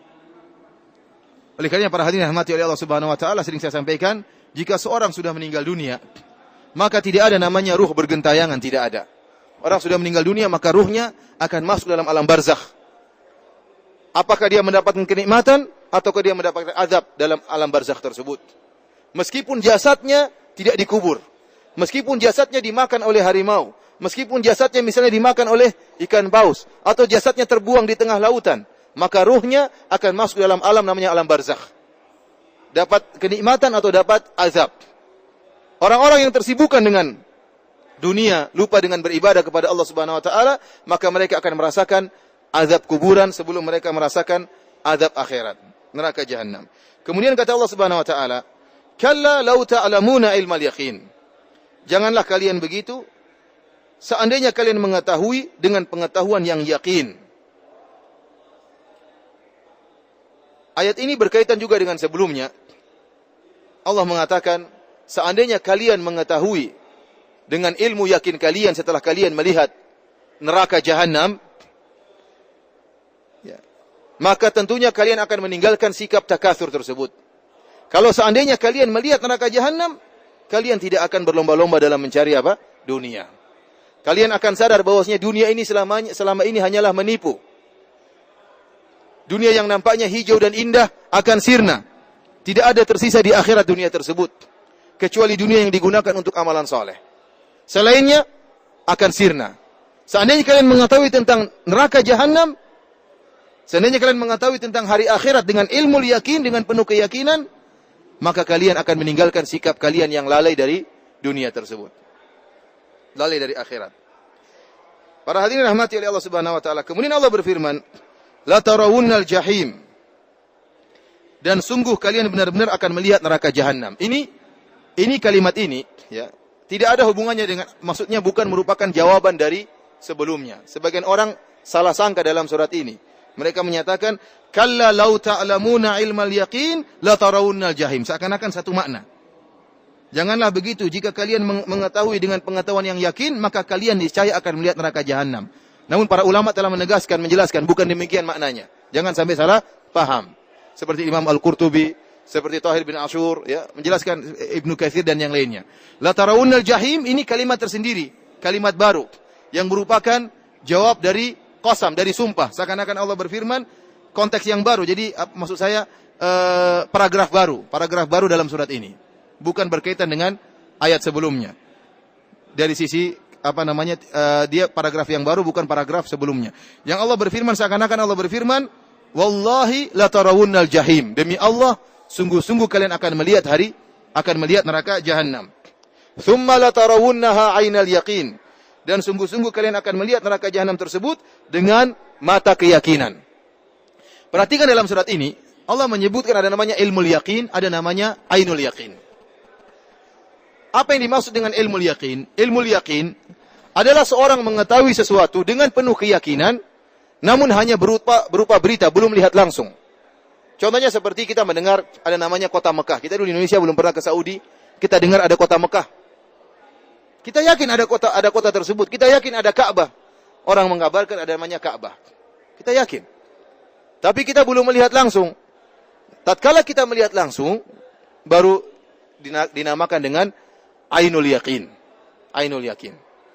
Oleh karena para hadirin rahmati oleh Allah Subhanahu wa taala, sering saya sampaikan, jika seorang sudah meninggal dunia, maka tidak ada namanya ruh bergentayangan, tidak ada. Orang sudah meninggal dunia, maka ruhnya akan masuk dalam alam barzakh. Apakah dia mendapatkan kenikmatan ataukah dia mendapatkan azab dalam alam barzakh tersebut? Meskipun jasadnya tidak dikubur, meskipun jasadnya dimakan oleh harimau, meskipun jasadnya misalnya dimakan oleh ikan paus, atau jasadnya terbuang di tengah lautan, maka ruhnya akan masuk dalam alam namanya alam barzakh. Dapat kenikmatan atau dapat azab. Orang-orang yang tersibukkan dengan dunia, lupa dengan beribadah kepada Allah Subhanahu wa taala, maka mereka akan merasakan azab kuburan sebelum mereka merasakan azab akhirat, neraka jahanam. Kemudian kata Allah Subhanahu wa taala, "Kalla law ta'lamuna ilmal yaqin." Janganlah kalian begitu, seandainya kalian mengetahui dengan pengetahuan yang yakin. Ayat ini berkaitan juga dengan sebelumnya. Allah mengatakan, seandainya kalian mengetahui dengan ilmu yakin kalian setelah kalian melihat neraka jahanam, ya, maka tentunya kalian akan meninggalkan sikap takatsur tersebut. Kalau seandainya kalian melihat neraka jahanam, kalian tidak akan berlomba-lomba dalam mencari apa? Dunia. Kalian akan sadar bahwasanya dunia ini selama, selama ini hanyalah menipu. Dunia yang nampaknya hijau dan indah akan sirna. Tidak ada tersisa di akhirat dunia tersebut, kecuali dunia yang digunakan untuk amalan soleh. Selainnya akan sirna. Seandainya kalian mengetahui tentang neraka jahanam, seandainya kalian mengetahui tentang hari akhirat dengan ilmu yakin, dengan penuh keyakinan, maka kalian akan meninggalkan sikap kalian yang lalai dari dunia tersebut. Lalai dari akhirat. Para hadirin rahmati oleh Allah Subhanahu wa taala. Kemudian Allah berfirman, "La tarawunnal jahim." Dan sungguh kalian benar-benar akan melihat neraka jahanam. Ini ini kalimat ini, ya, Tidak ada hubungannya dengan, maksudnya bukan merupakan jawaban dari sebelumnya. Sebagian orang salah sangka dalam surat ini. Mereka menyatakan, kalla law ta'lamuna ilmal yaqin la tarawunnal jahim. Seakan-akan satu makna. Janganlah begitu, jika kalian mengetahui dengan pengetahuan yang yakin, maka kalian niscaya akan melihat neraka jahanam. Namun para ulama telah menegaskan, menjelaskan, bukan demikian maknanya. Jangan sampai salah paham. Seperti Imam Al-Qurtubi, seperti Tahir bin Ashur, ya, menjelaskan Ibnu Katsir dan yang lainnya. La tarawunnal jahim, ini kalimat tersendiri, kalimat baru yang merupakan jawab dari qasam, dari sumpah. Seakan-akan Allah berfirman, konteks yang baru. Jadi maksud saya uh, paragraf baru, paragraf baru dalam surat ini. Bukan berkaitan dengan ayat sebelumnya. Dari sisi apa namanya, uh, dia paragraf yang baru, bukan paragraf sebelumnya. Yang Allah berfirman, seakan-akan Allah berfirman, wallahi la tarawunnal jahim. Demi Allah, sungguh-sungguh kalian akan melihat hari, akan melihat neraka jahanam. Thumma la tarawunnaha 'ainal yaqin. Dan sungguh-sungguh kalian akan melihat neraka jahanam tersebut dengan mata keyakinan. Perhatikan dalam surat ini, Allah menyebutkan ada namanya ilmul yaqin, ada namanya ainul yaqin. Apa yang dimaksud dengan ilmul yaqin? Ilmul yaqin adalah seorang mengetahui sesuatu dengan penuh keyakinan, namun hanya berupa, berupa berita, belum lihat langsung. Contohnya seperti kita mendengar ada namanya kota Mekah. Kita dulu di Indonesia belum pernah ke Saudi, kita dengar ada kota Mekah. Kita yakin ada kota ada kota tersebut. Kita yakin ada Ka'bah. Orang mengabarkan ada namanya Ka'bah. Kita yakin. Tapi kita belum melihat langsung. Tatkala kita melihat langsung, baru dinamakan dengan ainul yaqin. Ainul yaqin.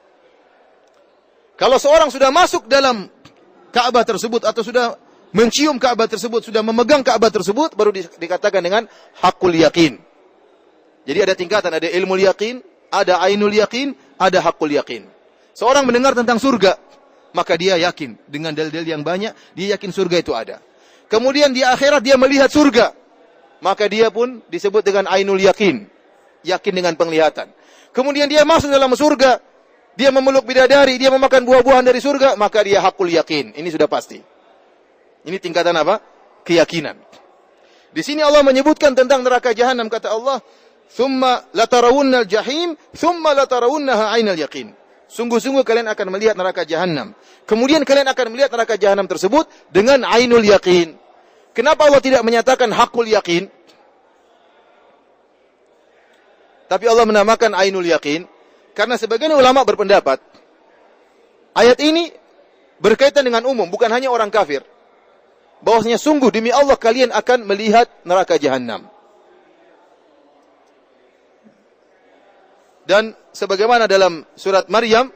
Kalau seorang sudah masuk dalam Ka'bah tersebut atau sudah mencium Ka'bah tersebut, sudah memegang Ka'bah tersebut, baru di, dikatakan dengan hakul yakin. Jadi ada tingkatan, ada ilmul yakin, ada ainul yakin, ada hakul yakin. Seorang mendengar tentang surga, maka dia yakin dengan dalil-dalil yang banyak, dia yakin surga itu ada. Kemudian di akhirat dia melihat surga, maka dia pun disebut dengan ainul yakin, yakin dengan penglihatan. Kemudian dia masuk dalam surga, dia memeluk bidadari, dia memakan buah-buahan dari surga, maka dia hakul yakin. Ini sudah pasti. Ini tingkatan apa? Keyakinan. Di sini Allah menyebutkan tentang neraka jahanam, kata Allah, "Tsumma latarawunnal jahim, tsumma latarawunnaha 'ainal yaqin." Sungguh-sungguh kalian akan melihat neraka jahanam. Kemudian kalian akan melihat neraka jahanam tersebut dengan ainul yaqin. Kenapa Allah tidak menyatakan hakul yaqin? Tapi Allah menamakan ainul yaqin karena sebagian ulama berpendapat ayat ini berkaitan dengan umum, bukan hanya orang kafir. Bahwasanya sungguh demi Allah kalian akan melihat neraka jahanam. Dan sebagaimana dalam surat Maryam,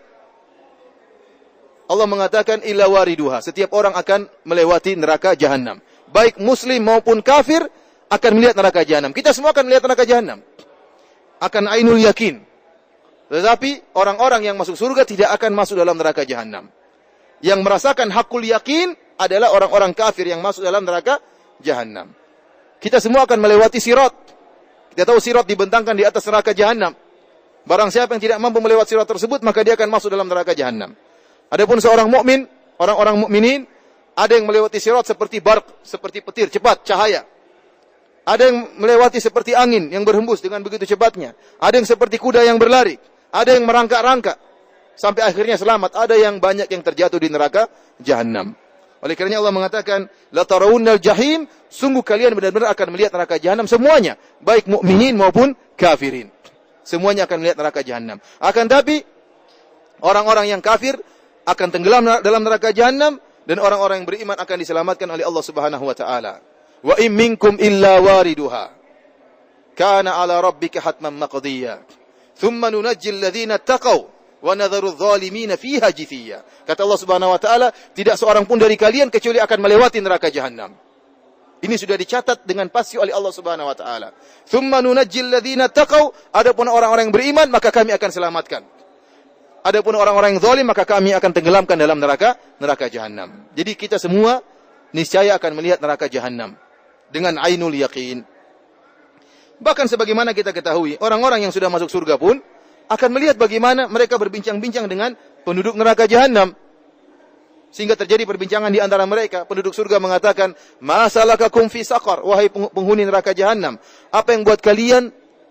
Allah mengatakan illa wariduha, setiap orang akan melewati neraka jahanam. Baik muslim maupun kafir akan melihat neraka jahanam. Kita semua akan melihat neraka jahanam. Akan ainul yakin. Tetapi orang-orang yang masuk surga tidak akan masuk dalam neraka jahanam. Yang merasakan hakul yakin adalah orang-orang kafir yang masuk dalam neraka jahanam. Kita semua akan melewati sirat. Kita tahu sirat dibentangkan di atas neraka jahanam. Barang siapa yang tidak mampu melewati sirat tersebut, maka dia akan masuk dalam neraka jahanam. Adapun seorang mukmin, orang-orang mukminin, ada yang melewati sirat seperti barq, seperti petir, cepat, cahaya. Ada yang melewati seperti angin yang berhembus dengan begitu cepatnya. Ada yang seperti kuda yang berlari. Ada yang merangkak-rangkak sampai akhirnya selamat. Ada yang banyak yang terjatuh di neraka jahanam. Oleh kerana Allah mengatakan, la tarawunnal jahim, sungguh kalian benar-benar akan melihat neraka jahanam semuanya, baik mukminin maupun kafirin. Semuanya akan melihat neraka jahanam. Akan tapi orang-orang yang kafir akan tenggelam dalam neraka jahanam dan orang-orang yang beriman akan diselamatkan oleh Allah Subhanahu wa taala. Wa in minkum illa wariduha kana 'ala rabbika hatman maqdiyya. Thumma nunajjil ladzina taqaw wa nadharu adh-dhalimina fiha jithiya. Kata Allah Subhanahu wa taala, tidak seorang pun dari kalian kecuali akan melewati neraka jahanam. Ini sudah dicatat dengan pasti oleh Allah Subhanahu wa taala. Tsumma nunajjil ladzina taqaw, adapun orang-orang yang beriman maka kami akan selamatkan. Adapun orang-orang yang zalim maka kami akan tenggelamkan dalam neraka neraka jahanam. Jadi kita semua niscaya akan melihat neraka jahanam dengan ainul yaqin. Bahkan sebagaimana kita ketahui, orang-orang yang sudah masuk surga pun akan melihat bagaimana mereka berbincang-bincang dengan penduduk neraka jahanam. Sehingga terjadi perbincangan di antara mereka. Penduduk surga mengatakan, "Ma salakakum fi saqar?" Wahai penghuni neraka jahanam, apa yang buat kalian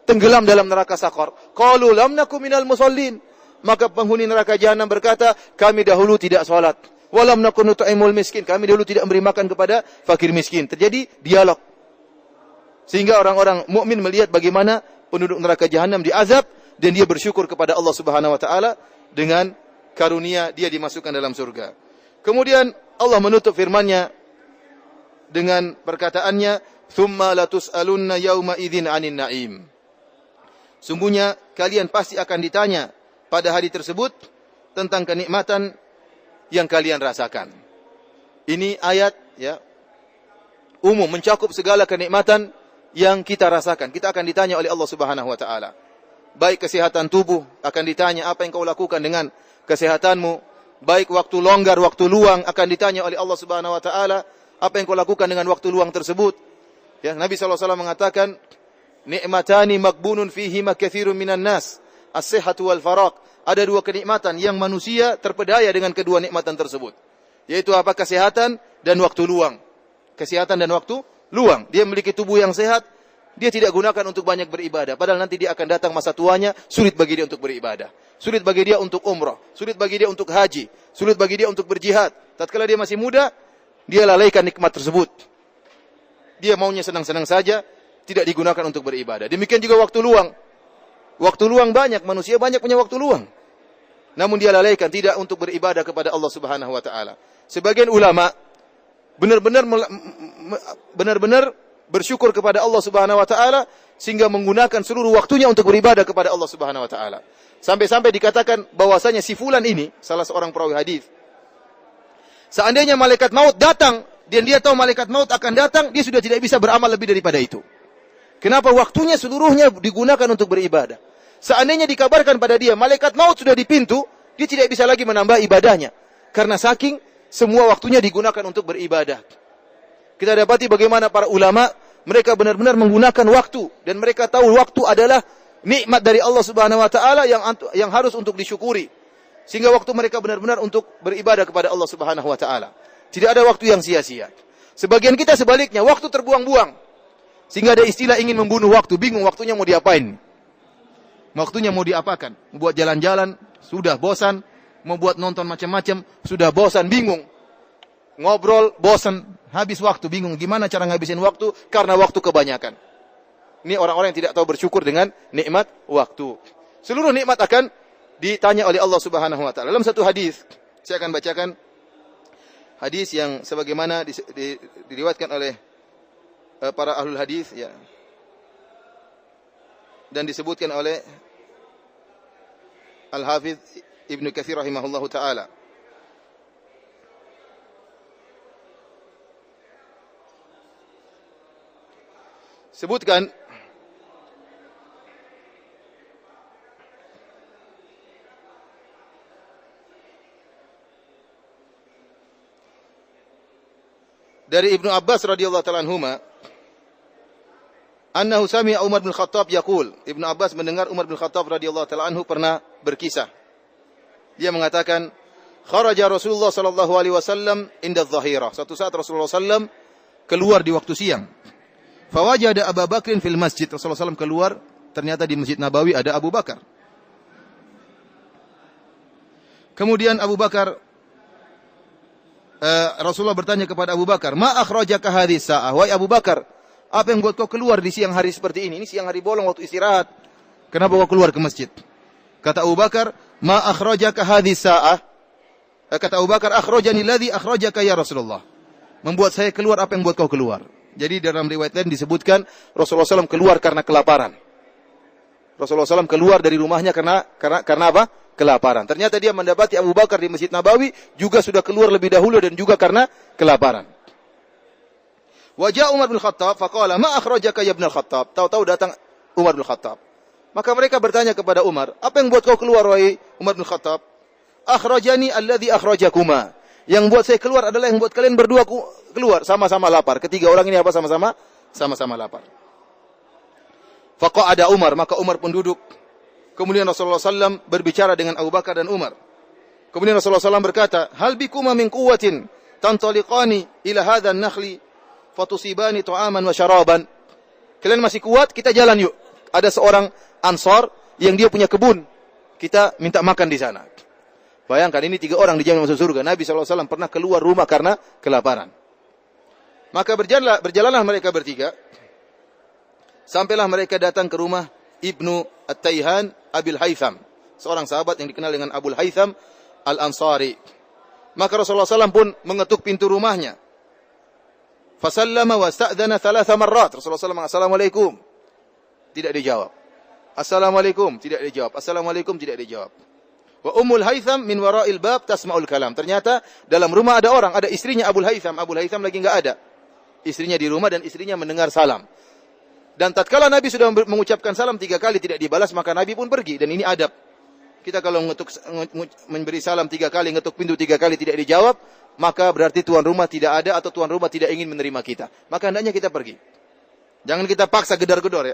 tenggelam dalam neraka Saqar. Qalu lam nakum minal musallin. Maka penghuni neraka jahanam berkata, kami dahulu tidak salat. Walam nakun nut'imul miskin. Kami dahulu tidak memberi makan kepada fakir miskin. Terjadi dialog. Sehingga orang-orang mukmin melihat bagaimana penduduk neraka jahanam diazab dan dia bersyukur kepada Allah Subhanahu wa taala dengan karunia dia dimasukkan dalam surga. Kemudian Allah menutup firman-Nya dengan perkataannya, "Tsumma latus'alunna yauma idzin 'anin na'im." Sungguhnya kalian pasti akan ditanya pada hari tersebut tentang kenikmatan yang kalian rasakan. Ini ayat ya umum mencakup segala kenikmatan yang kita rasakan. Kita akan ditanya oleh Allah Subhanahu wa taala. Baik kesehatan tubuh akan ditanya apa yang kau lakukan dengan kesehatanmu, baik waktu longgar, waktu luang akan ditanya oleh Allah Subhanahu wa taala apa yang kau lakukan dengan waktu luang tersebut. Ya, Nabi sallallahu alaihi wasallam mengatakan, "Ni'matani maghbunun fihima katsirun minan nas, as-sihhatu wal faraq." Ada dua kenikmatan yang manusia terpedaya dengan kedua nikmatan tersebut. Yaitu apa? Kesehatan dan waktu luang. Kesehatan dan waktu luang. Dia memiliki tubuh yang sehat, dia tidak gunakan untuk banyak beribadah. Padahal nanti dia akan datang masa tuanya, sulit bagi dia untuk beribadah. Sulit bagi dia untuk umrah. Sulit bagi dia untuk haji. Sulit bagi dia untuk berjihad. Tatkala dia masih muda, dia lalaikan nikmat tersebut. Dia maunya senang-senang saja, tidak digunakan untuk beribadah. Demikian juga waktu luang. Waktu luang banyak, manusia banyak punya waktu luang. Namun dia lalaikan tidak untuk beribadah kepada Allah Subhanahu wa taala. Sebagian ulama benar-benar benar-benar bersyukur kepada Allah Subhanahu wa taala sehingga menggunakan seluruh waktunya untuk beribadah kepada Allah Subhanahu wa taala. Sampai-sampai dikatakan bahwasanya si fulan ini, salah seorang perawi hadis, seandainya malaikat maut datang dan dia tahu malaikat maut akan datang, dia sudah tidak bisa beramal lebih daripada itu. Kenapa? Waktunya seluruhnya digunakan untuk beribadah. Seandainya dikabarkan pada dia malaikat maut sudah di pintu, dia tidak bisa lagi menambah ibadahnya karena saking semua waktunya digunakan untuk beribadah. Kita dapati bagaimana para ulama, mereka benar-benar menggunakan waktu dan mereka tahu waktu adalah nikmat dari Allah Subhanahu wa taala yang yang harus untuk disyukuri. Sehingga waktu mereka benar-benar untuk beribadah kepada Allah Subhanahu wa taala. Tidak ada waktu yang sia-sia. Sebagian kita sebaliknya, waktu terbuang-buang. Sehingga ada istilah ingin membunuh waktu, bingung waktunya mau diapain. Waktunya mau diapakan? Membuat jalan-jalan, sudah bosan. Membuat nonton macam-macam, sudah bosan, bingung. Ngobrol, bosan, habis waktu, bingung. Gimana cara ngabisin waktu? Karena waktu kebanyakan. Ini orang-orang yang tidak tahu bersyukur dengan nikmat waktu. Seluruh nikmat akan ditanya oleh Allah Subhanahu wa taala. Dalam satu hadis, saya akan bacakan hadis yang sebagaimana di, di, diriwayatkan oleh uh, para ahlul hadis ya. Dan disebutkan oleh Al-Hafidz Ibnu Katsir rahimahullahu taala. Sebutkan dari Ibnu Abbas radhiyallahu taala anhuma annahu sami'a Umar bin Khattab yaqul. Ibnu Abbas mendengar Umar bin Khattab radhiyallahu taala anhu pernah berkisah. Dia mengatakan, kharaja Rasulullah sallallahu alaihi wasallam inda adh-dhahirah. Suatu saat Rasulullah sallallahu alaihi wasallam keluar di waktu siang. Fawajada Abu Bakrin fil masjid. Rasulullah sallallahu alaihi wasallam keluar, ternyata di Masjid Nabawi ada Abu Bakar. Kemudian Abu Bakar uh, Rasulullah bertanya kepada Abu Bakar, "Ma akhrajaka hadhihi sa'ah?" Wahai Abu Bakar, apa yang buat kau keluar di siang hari seperti ini? Ini siang hari bolong waktu istirahat. Kenapa kau keluar ke masjid? Kata Abu Bakar, "Ma akhrajaka hadhihi sa'ah?" Kata Abu Bakar, "Akhrajani alladhi akhrajaka ya Rasulullah." Membuat saya keluar apa yang buat kau keluar? Jadi dalam riwayat lain disebutkan Rasulullah sallallahu alaihi wasallam keluar karena kelaparan. Rasulullah sallallahu alaihi wasallam keluar dari rumahnya karena karena karena apa? Kelaparan. Ternyata dia mendapati Abu Bakar di Masjid Nabawi juga sudah keluar lebih dahulu dan juga karena kelaparan. Wajah Umar bin Khattab faqala ma akhrajaka ya ibn al-Khattab. Tahu-tahu datang Umar bin Khattab. Maka mereka bertanya kepada Umar, "Apa yang buat kau keluar wahai Umar bin Khattab?" "Akhrajani alladhi akhrajakuma." Yang buat saya keluar adalah yang buat kalian berdua keluar, sama-sama lapar. Ketiga orang ini apa sama-sama? Sama-sama lapar. Faqa'ada Umar, maka Umar pun duduk. Kemudian Rasulullah sallallahu alaihi wasallam berbicara dengan Abu Bakar dan Umar. Kemudian Rasulullah sallallahu alaihi wasallam berkata, "Hal bikuma min quwwatin tantaliqani ila hadha an-nakhli fatusibani ta'aman wa syaraban." Kalian masih kuat, kita jalan yuk ada seorang Ansor yang dia punya kebun. Kita minta makan di sana. Bayangkan ini tiga orang dijamin masuk surga. Nabi shallallahu alaihi wasallam pernah keluar rumah karena kelaparan. Maka berjalanlah, berjalanlah mereka bertiga. Sampailah mereka datang ke rumah Ibnu At-Taihan Abil Haytham. Seorang sahabat yang dikenal dengan Abul Haytham Al-Ansari. Maka Rasulullah shallallahu alaihi wasallam pun mengetuk pintu rumahnya. Fasallama wa sta'dhana thalatha marrat. Rasulullah shallallahu alaihi wasallam, Assalamualaikum. Tidak dijawab. Assalamualaikum. Tidak dijawab. Assalamualaikum. Tidak dijawab. Wa Ummul Haytham min wara'il bab tasma'ul kalam. Ternyata dalam rumah ada orang, ada istrinya Abul Haytham. Abul Haytham lagi enggak ada. Istrinya di rumah dan istrinya mendengar salam. Dan tatkala Nabi sudah mengucapkan salam tiga kali tidak dibalas, maka Nabi pun pergi. Dan ini adab. Kita kalau ngetuk, memberi salam tiga kali, ngetuk pintu tiga kali tidak dijawab, maka berarti tuan rumah tidak ada atau tuan rumah tidak ingin menerima kita. Maka hendaknya kita pergi. Jangan kita paksa gedor-gedor ya.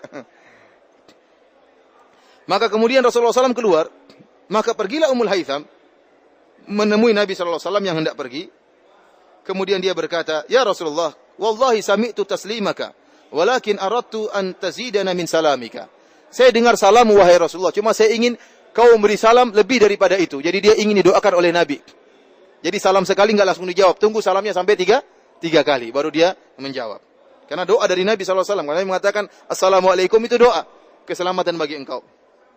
Maka kemudian Rasulullah shallallahu alaihi wasallam keluar. Maka pergilah Ummul Haytham menemui Nabi shallallahu alaihi wasallam yang hendak pergi. Kemudian dia berkata, "Ya Rasulullah, wallahi sami'tu taslimaka, walakin aradtu an tazidana min salamika." Saya dengar salamu wahai Rasulullah, cuma saya ingin kau memberi salam lebih daripada itu. Jadi dia ingin didoakan oleh Nabi. Jadi salam sekali enggak langsung dijawab, tunggu salamnya sampai tiga tiga kali baru dia menjawab. Karena doa dari Nabi shallallahu alaihi wasallam, karena Nabi mengatakan assalamualaikum itu doa keselamatan bagi engkau.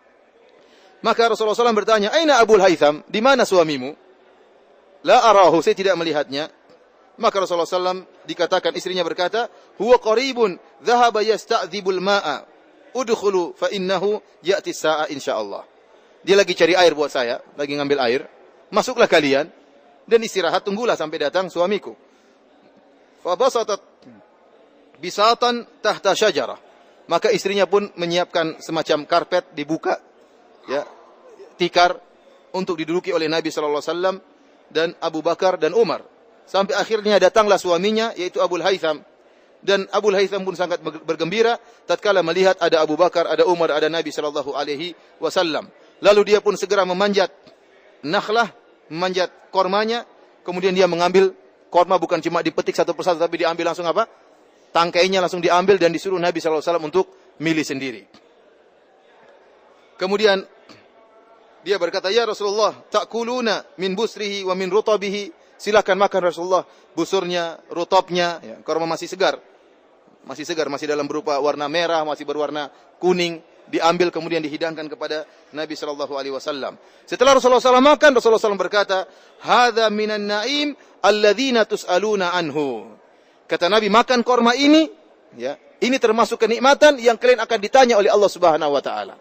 Maka Rasulullah shallallahu alaihi wasallam bertanya, "Aina Abul Haytham? Di mana suamimu?" "La arahu, saya tidak melihatnya." Maka Rasulullah shallallahu alaihi wasallam dikatakan, istrinya berkata, "Huwa qaribun, dhahaba yasta'dzibul ma'a. Udkhulu fa innahu ya'ti as-sa'a insyaallah." Dia lagi cari air buat saya, lagi ngambil air. Masuklah kalian dan istirahat, tunggulah sampai datang suamiku. Fa basatat bisatan tahta syajarah. Maka istrinya pun menyiapkan semacam karpet dibuka, ya, tikar untuk diduduki oleh Nabi shallallahu alaihi wasallam dan Abu Bakar dan Umar. Sampai akhirnya datanglah suaminya yaitu Abul Haytham. Dan Abul Haytham pun sangat bergembira tatkala melihat ada Abu Bakar, ada Umar, ada Nabi shallallahu alaihi wasallam. Lalu dia pun segera memanjat nakhlah, memanjat kormanya, kemudian dia mengambil korma, bukan cuma dipetik satu persatu tapi diambil langsung apa? Tangkainya langsung diambil dan disuruh Nabi shallallahu alaihi wasallam untuk milih sendiri. Kemudian dia berkata, "Ya Rasulullah, ta'kuluna min busrihi wa min rutabihi." Silakan makan Rasulullah, busurnya, rutobnya, ya, korma masih segar. Masih segar, masih dalam berupa warna merah, masih berwarna kuning, diambil kemudian dihidangkan kepada Nabi sallallahu alaihi wasallam. Setelah Rasulullah shallallahu alaihi wasallam makan, Rasulullah shallallahu alaihi wasallam berkata, "Hadza minan na'im alladzina tus'aluna anhu." Kata Nabi, makan korma ini, ya, ini termasuk kenikmatan yang kalian akan ditanya oleh Allah Subhanahu wa taala.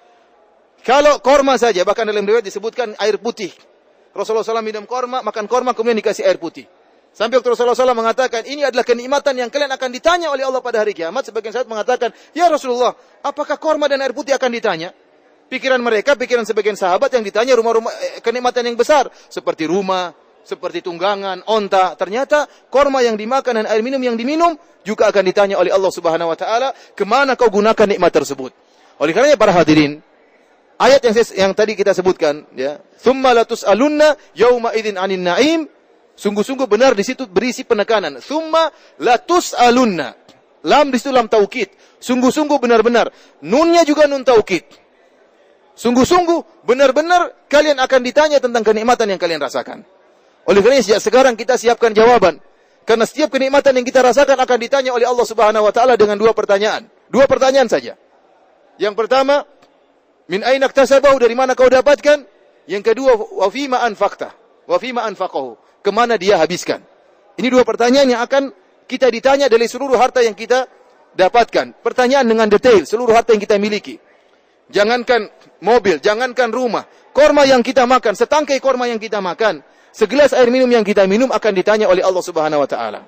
Kalau korma saja, bahkan dalam riwayat disebutkan air putih. Rasulullah shallallahu alaihi wasallam minum korma, makan korma, kemudian dikasih air putih. Sampai waktu Rasulullah shallallahu alaihi wasallam mengatakan, ini adalah kenikmatan yang kalian akan ditanya oleh Allah pada hari kiamat. Sebagian sahabat mengatakan, "Ya Rasulullah, apakah korma dan air putih akan ditanya?" Pikiran mereka, pikiran sebagian sahabat yang ditanya rumah-rumah eh, kenikmatan yang besar. Seperti rumah, seperti tunggangan, onta. Ternyata korma yang dimakan dan air minum yang diminum juga akan ditanya oleh Allah Subhanahu wa taala, kemana kau gunakan nikmat tersebut. Oleh karenanya para hadirin, ayat yang, yang tadi kita sebutkan, ya, "Tsumma latus'alunna yauma idzin 'anin na'im." Sungguh-sungguh benar di situ berisi penekanan. "Tsumma latus'alunna." Lam di situ lam taukid. Sungguh-sungguh benar-benar. Nunnya juga nun taukid. Sungguh-sungguh benar-benar kalian akan ditanya tentang kenikmatan yang kalian rasakan. Oleh karena sejak sekarang kita siapkan jawaban. Karena setiap kenikmatan yang kita rasakan akan ditanya oleh Allah Subhanahu wa taala dengan dua pertanyaan. Dua pertanyaan saja. Yang pertama, min aina iktasabahu, dari mana kau dapatkan? Yang kedua, wa fima anfaqta, wa fima anfaqahu, kemana dia habiskan? Ini dua pertanyaan yang akan kita ditanya dari seluruh harta yang kita dapatkan. Pertanyaan dengan detail, seluruh harta yang kita miliki. Jangankan mobil, jangankan rumah, korma yang kita makan, setangkai korma yang kita makan, segelas air minum yang kita minum akan ditanya oleh Allah Subhanahu wa taala.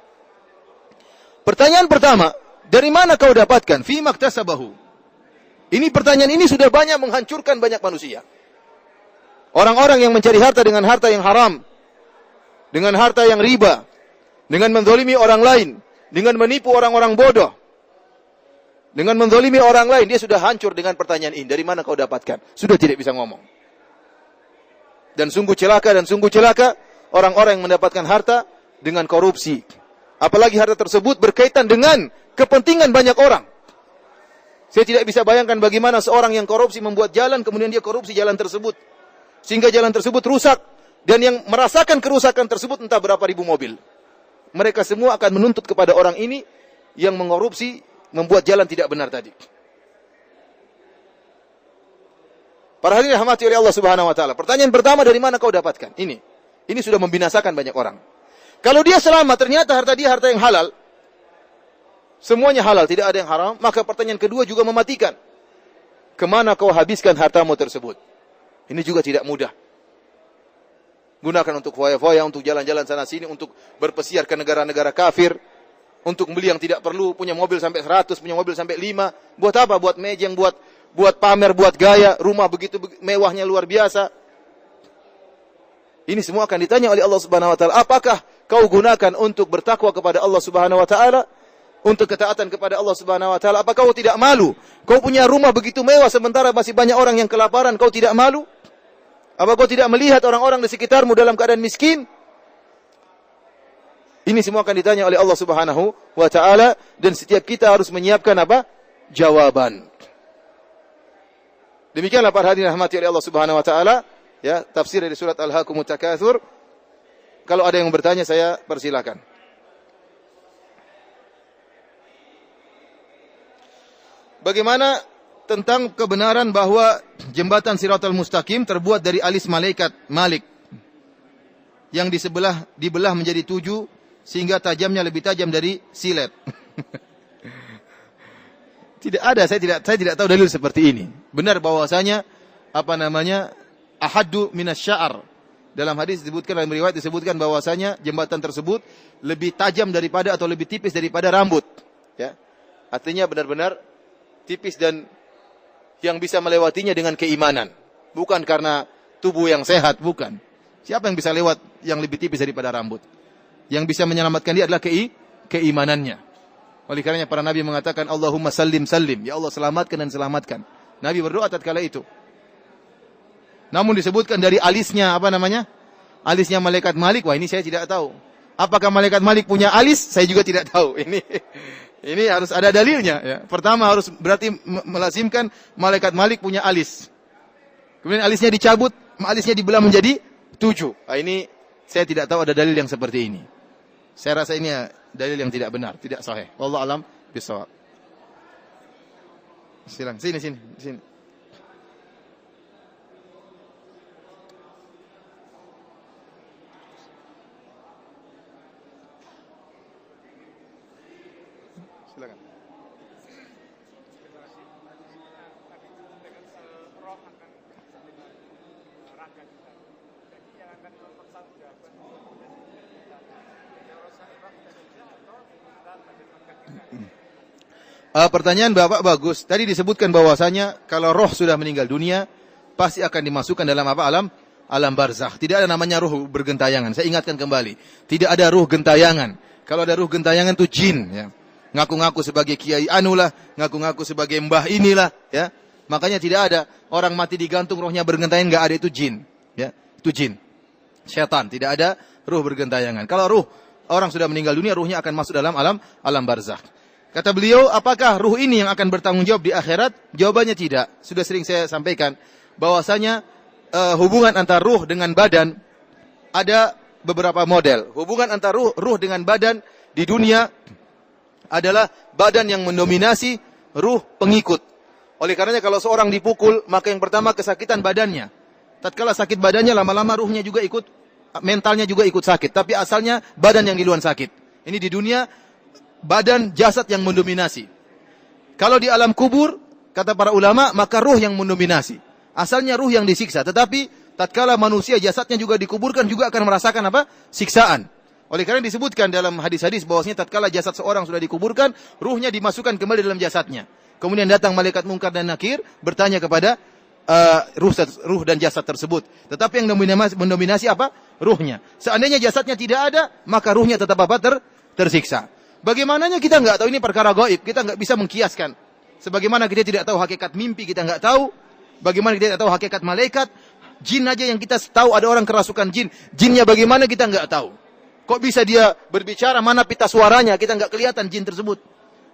Pertanyaan pertama, dari mana kau dapatkan? Fima iktasabahu. Ini pertanyaan ini sudah banyak menghancurkan banyak manusia. Orang-orang yang mencari harta dengan harta yang haram, dengan harta yang riba, dengan menzalimi orang lain, dengan menipu orang-orang bodoh, dengan menzalimi orang lain, dia sudah hancur dengan pertanyaan ini. Dari mana kau dapatkan? Sudah tidak bisa ngomong. Dan sungguh celaka dan sungguh celaka orang-orang yang mendapatkan harta dengan korupsi. Apalagi harta tersebut berkaitan dengan kepentingan banyak orang. Saya tidak bisa bayangkan bagaimana seorang yang korupsi membuat jalan, kemudian dia korupsi jalan tersebut. Sehingga jalan tersebut rusak. Dan yang merasakan kerusakan tersebut entah berapa ribu mobil. Mereka semua akan menuntut kepada orang ini yang mengkorupsi, membuat jalan tidak benar tadi. Para hadirin rahmati oleh Allah Subhanahu wa taala. Pertanyaan pertama, dari mana kau dapatkan? Ini. Ini sudah membinasakan banyak orang. Kalau dia selamat, ternyata harta dia harta yang halal. Semuanya halal, tidak ada yang haram. Maka pertanyaan kedua juga mematikan. Kemana kau habiskan hartamu tersebut? Ini juga tidak mudah. Gunakan untuk foya-foya, untuk jalan-jalan sana sini, untuk berpesiar ke negara-negara kafir. Untuk beli yang tidak perlu, punya mobil sampai seratus, punya mobil sampai lima. Buat apa? Buat mejeng, buat buat pamer, buat gaya. Rumah begitu mewahnya luar biasa. Ini semua akan ditanya oleh Allah Subhanahu wa taala. Apakah kau gunakan untuk bertakwa kepada Allah Subhanahu wa taala? Untuk ketaatan kepada Allah Subhanahu wa taala, apa kau tidak malu? Kau punya rumah begitu mewah sementara masih banyak orang yang kelaparan, kau tidak malu? Apa kau tidak melihat orang-orang di sekitarmu dalam keadaan miskin? Ini semua akan ditanya oleh Allah Subhanahu wa taala dan setiap kita harus menyiapkan apa? Jawaban. Demikianlah para hadirin rahmati oleh Allah Subhanahu wa taala, ya, tafsir dari surat Al-Hakumut Takatsur. Kalau ada yang bertanya saya persilakan. Bagaimana tentang kebenaran bahwa jembatan Siratal Mustaqim terbuat dari alis malaikat Malik yang di sebelah dibelah menjadi tujuh sehingga tajamnya lebih tajam dari silet? Tidak ada, saya tidak saya tidak tahu dalil seperti ini. Benar bahwasanya apa namanya? Ahaddu minasya'ar. Dalam hadis disebutkan, dalam riwayat disebutkan bahwasanya jembatan tersebut lebih tajam daripada atau lebih tipis daripada rambut, ya. Artinya benar-benar tipis dan yang bisa melewatinya dengan keimanan. Bukan karena tubuh yang sehat, bukan. Siapa yang bisa lewat yang lebih tipis daripada rambut? Yang bisa menyelamatkan dia adalah kei, keimanannya. Oleh karenanya para nabi mengatakan, Allahumma sallim sallim. Ya Allah, selamatkan dan selamatkan. Nabi berdoa tatkala itu. Namun disebutkan dari alisnya, apa namanya? Alisnya malaikat Malik. Wah, ini saya tidak tahu. Apakah malaikat Malik punya alis? Saya juga tidak tahu. Ini Ini harus ada dalilnya. Ya. Pertama harus berarti melazimkan malaikat Malik punya alis. Kemudian alisnya dicabut, alisnya dibelah menjadi tujuh. Nah, ini saya tidak tahu ada dalil yang seperti ini. Saya rasa ini dalil yang tidak benar, tidak sahih. Wallahu alam bishawab. Silakan, sini sini sini. Silakan. Uh, pertanyaan Bapak bagus. Tadi disebutkan bahwasanya kalau roh sudah meninggal dunia pasti akan dimasukkan dalam apa? Alam alam barzakh. Tidak ada namanya ruh bergentayangan. Saya ingatkan kembali, tidak ada ruh gentayangan. Kalau ada ruh gentayangan itu jin, ya. Ngaku-ngaku sebagai kiai anulah, ngaku-ngaku sebagai mbah inilah, ya. Makanya tidak ada orang mati digantung rohnya bergentayangan, enggak ada, itu jin, ya. Itu jin. Syaitan, tidak ada ruh bergentayangan. Kalau ruh orang sudah meninggal dunia, ruhnya akan masuk dalam alam alam barzakh. Kata beliau, apakah ruh ini yang akan bertanggung jawab di akhirat? Jawabannya tidak. Sudah sering saya sampaikan bahwasanya uh, hubungan antara ruh dengan badan ada beberapa model. Hubungan antara ruh, ruh dengan badan di dunia adalah badan yang mendominasi ruh pengikut. Oleh karenanya kalau seorang dipukul, maka yang pertama kesakitan badannya. Tatkala sakit badannya, lama-lama ruhnya juga ikut, mentalnya juga ikut sakit. Tapi asalnya badan yang duluan sakit. Ini di dunia badan jasad yang mendominasi. Kalau di alam kubur, kata para ulama, maka ruh yang mendominasi. Asalnya ruh yang disiksa, tetapi tatkala manusia jasadnya juga dikuburkan juga akan merasakan apa? Siksaan. Oleh karena disebutkan dalam hadis-hadis bahwasanya tatkala jasad seorang sudah dikuburkan, ruhnya dimasukkan kembali dalam jasadnya. Kemudian datang malaikat Munkar dan Nakir bertanya kepada uh, ruh, ruh dan jasad tersebut. Tetapi yang mendominasi, mendominasi apa? Ruhnya. Seandainya jasadnya tidak ada, maka ruhnya tetap apa? Ter, tersiksa. Bagaimananya kita nggak tahu, ini perkara gaib, kita nggak bisa mengkiaskan. Sebagaimana kita tidak tahu hakikat mimpi, kita nggak tahu. Bagaimana kita tidak tahu hakikat malaikat, jin aja yang kita tahu ada orang kerasukan jin. Jinnya bagaimana kita nggak tahu. Kok bisa dia berbicara, mana pita suaranya, kita nggak kelihatan jin tersebut.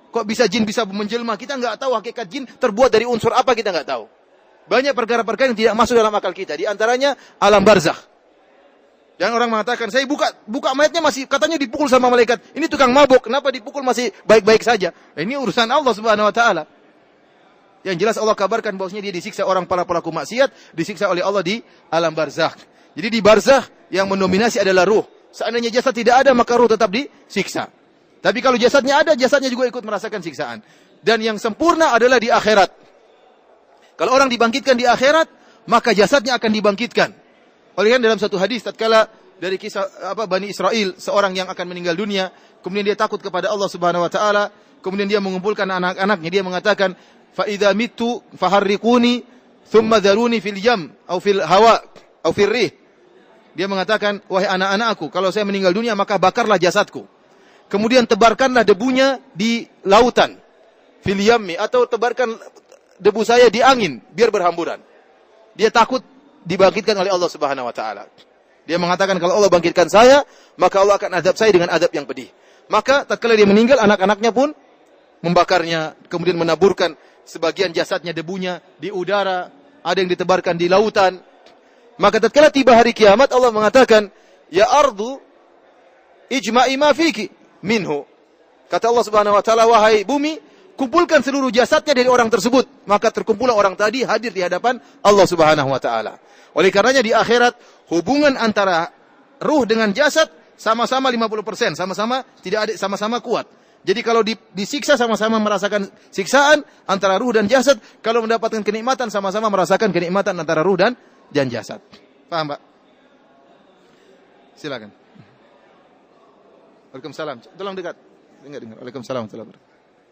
Kok bisa jin bisa menjelma? Kita nggak tahu hakikat jin terbuat dari unsur apa, kita nggak tahu. Banyak perkara-perkara yang tidak masuk dalam akal kita. Di antaranya alam barzakh. Dan orang mengatakan, saya buka buka mayatnya masih katanya dipukul sama malaikat. Ini tukang mabuk, kenapa dipukul masih baik-baik saja? Nah, ini urusan Allah Subhanahu wa taala. Yang jelas Allah kabarkan bahwasanya dia disiksa orang para pelaku maksiat, disiksa oleh Allah di alam barzakh. Jadi di barzakh yang mendominasi adalah ruh. Seandainya jasad tidak ada, maka ruh tetap disiksa. Tapi kalau jasadnya ada, jasadnya juga ikut merasakan siksaan. Dan yang sempurna adalah di akhirat. Kalau orang dibangkitkan di akhirat, maka jasadnya akan dibangkitkan. Oleh karena dalam satu hadis, tatkala dari kisah apa Bani Israel, seorang yang akan meninggal dunia, kemudian dia takut kepada Allah Subhanahu wa taala, kemudian dia mengumpulkan anak-anaknya, dia mengatakan, "Fa idza mittu faharriquni, thumma dharuni fil jam, atau fil hawa, atau fil rih." Dia mengatakan, "Wahai anak-anakku, kalau saya meninggal dunia, maka bakarlah jasadku. Kemudian tebarkanlah debunya di lautan, fil yammi, atau tebarkan debu saya di angin, biar berhamburan." Dia takut dibangkitkan oleh Allah Subhanahu wa taala. Dia mengatakan, kalau Allah bangkitkan saya, maka Allah akan azab saya dengan azab yang pedih. Maka tatkala dia meninggal, anak-anaknya pun membakarnya, kemudian menaburkan sebagian jasadnya, debunya di udara, ada yang ditebarkan di lautan. Maka tatkala tiba hari kiamat, Allah mengatakan, "Ya ardu ijma'i ma fiki minhu." Kata Allah Subhanahu wa taala, "Wahai bumi, kumpulkan seluruh jasadnya dari orang tersebut." Maka terkumpullah orang tadi hadir di hadapan Allah Subhanahu wa taala. Oleh karenanya di akhirat, hubungan antara ruh dengan jasad sama-sama lima puluh persen, sama-sama tidak ada, sama-sama kuat. Jadi kalau disiksa sama-sama merasakan siksaan antara ruh dan jasad, kalau mendapatkan kenikmatan sama-sama merasakan kenikmatan antara ruh dan dan jasad. Paham, Pak? Silakan. Waalaikumsalam. Tolong dekat. Dengar dengar. Waalaikumsalam warahmatullahi wabarakatuh.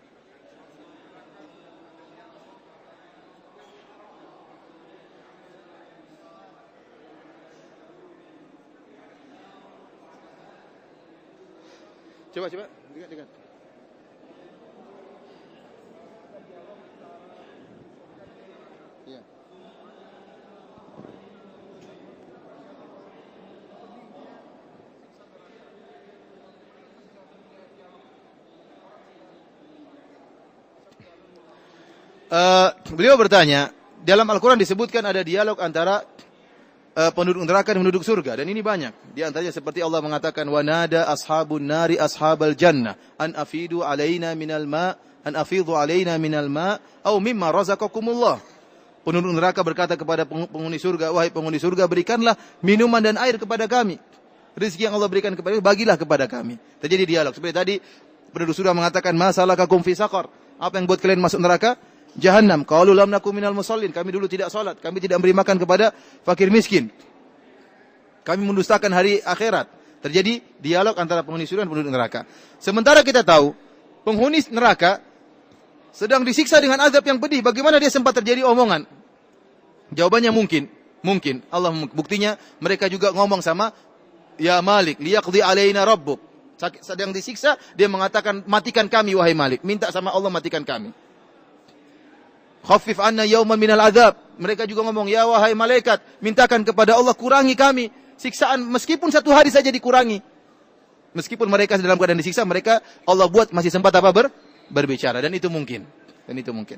Coba, coba. Dekat, dekat. Ya. Uh, beliau bertanya, dalam Al-Quran disebutkan ada dialog antara Uh, penduduk neraka dan penduduk surga, dan ini banyak. Di antaranya seperti Allah mengatakan, "Wa nada ashabun nari ashabal jannah an afidu alaina minal ma an afidu alaina minal ma au mimma razaqakumullah." Penduduk neraka berkata kepada penghuni surga, "Wahai penghuni surga, berikanlah minuman dan air kepada kami. Rezeki yang Allah berikan kepada kami, bagilah kepada kami." Terjadi dialog. Seperti tadi penduduk surga mengatakan, "Ma salakakum fi saqar?" Apa yang buat kalian masuk neraka? Jahannam. Qalu lam nakum minal musallin. Kami dulu tidak salat, kami tidak memberi makan kepada fakir miskin. Kami mendustakan hari akhirat. Terjadi dialog antara penghuni surga dan penduduk neraka. Sementara kita tahu penghuni neraka sedang disiksa dengan azab yang pedih. Bagaimana dia sempat terjadi omongan? Jawabannya mungkin, mungkin. Allah buktinya mereka juga ngomong sama, "Ya Malik, liyaqdi alaina rabbuk." Sedang disiksa, dia mengatakan, "Matikan kami wahai Malik." Minta sama Allah, matikan kami. Khaffif anna yauman minal azab. Mereka juga ngomong, "Ya wahai malaikat, mintakan kepada Allah kurangi kami siksaan meskipun satu hari saja dikurangi." Meskipun mereka dalam keadaan disiksa, mereka Allah buat masih sempat apa ber, berbicara, dan itu mungkin. Dan itu mungkin.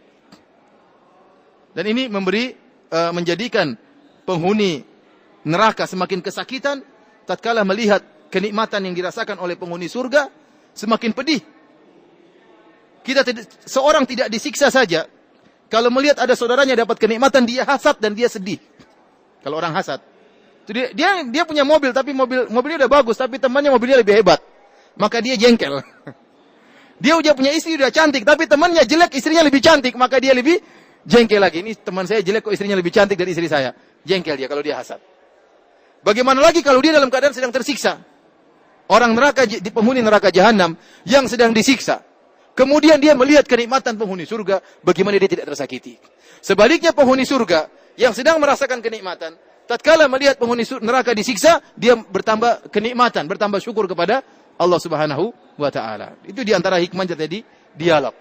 Dan ini memberi uh, menjadikan penghuni neraka semakin kesakitan tatkala melihat kenikmatan yang dirasakan oleh penghuni surga semakin pedih. Kita tidak, seorang tidak disiksa saja, kalau melihat ada saudaranya dapat kenikmatan, dia hasad dan dia sedih. Kalau orang hasad, dia, dia dia punya mobil, tapi mobil mobilnya udah bagus, tapi temannya mobilnya lebih hebat, maka dia jengkel. Dia udah punya istri udah cantik, tapi temannya jelek, istrinya lebih cantik, maka dia lebih jengkel lagi. Ini teman saya jelek kok istrinya lebih cantik dari istri saya. Jengkel dia kalau dia hasad. Bagaimana lagi kalau dia dalam keadaan sedang tersiksa? Orang neraka, di penghuni neraka jahanam yang sedang disiksa. Kemudian dia melihat kenikmatan penghuni surga, bagaimana dia tidak tersakiti. Sebaliknya penghuni surga yang sedang merasakan kenikmatan, tatkala melihat penghuni neraka disiksa, dia bertambah kenikmatan, bertambah syukur kepada Allah Subhanahu wa taala. Itu di antara hikmah jadi dialog.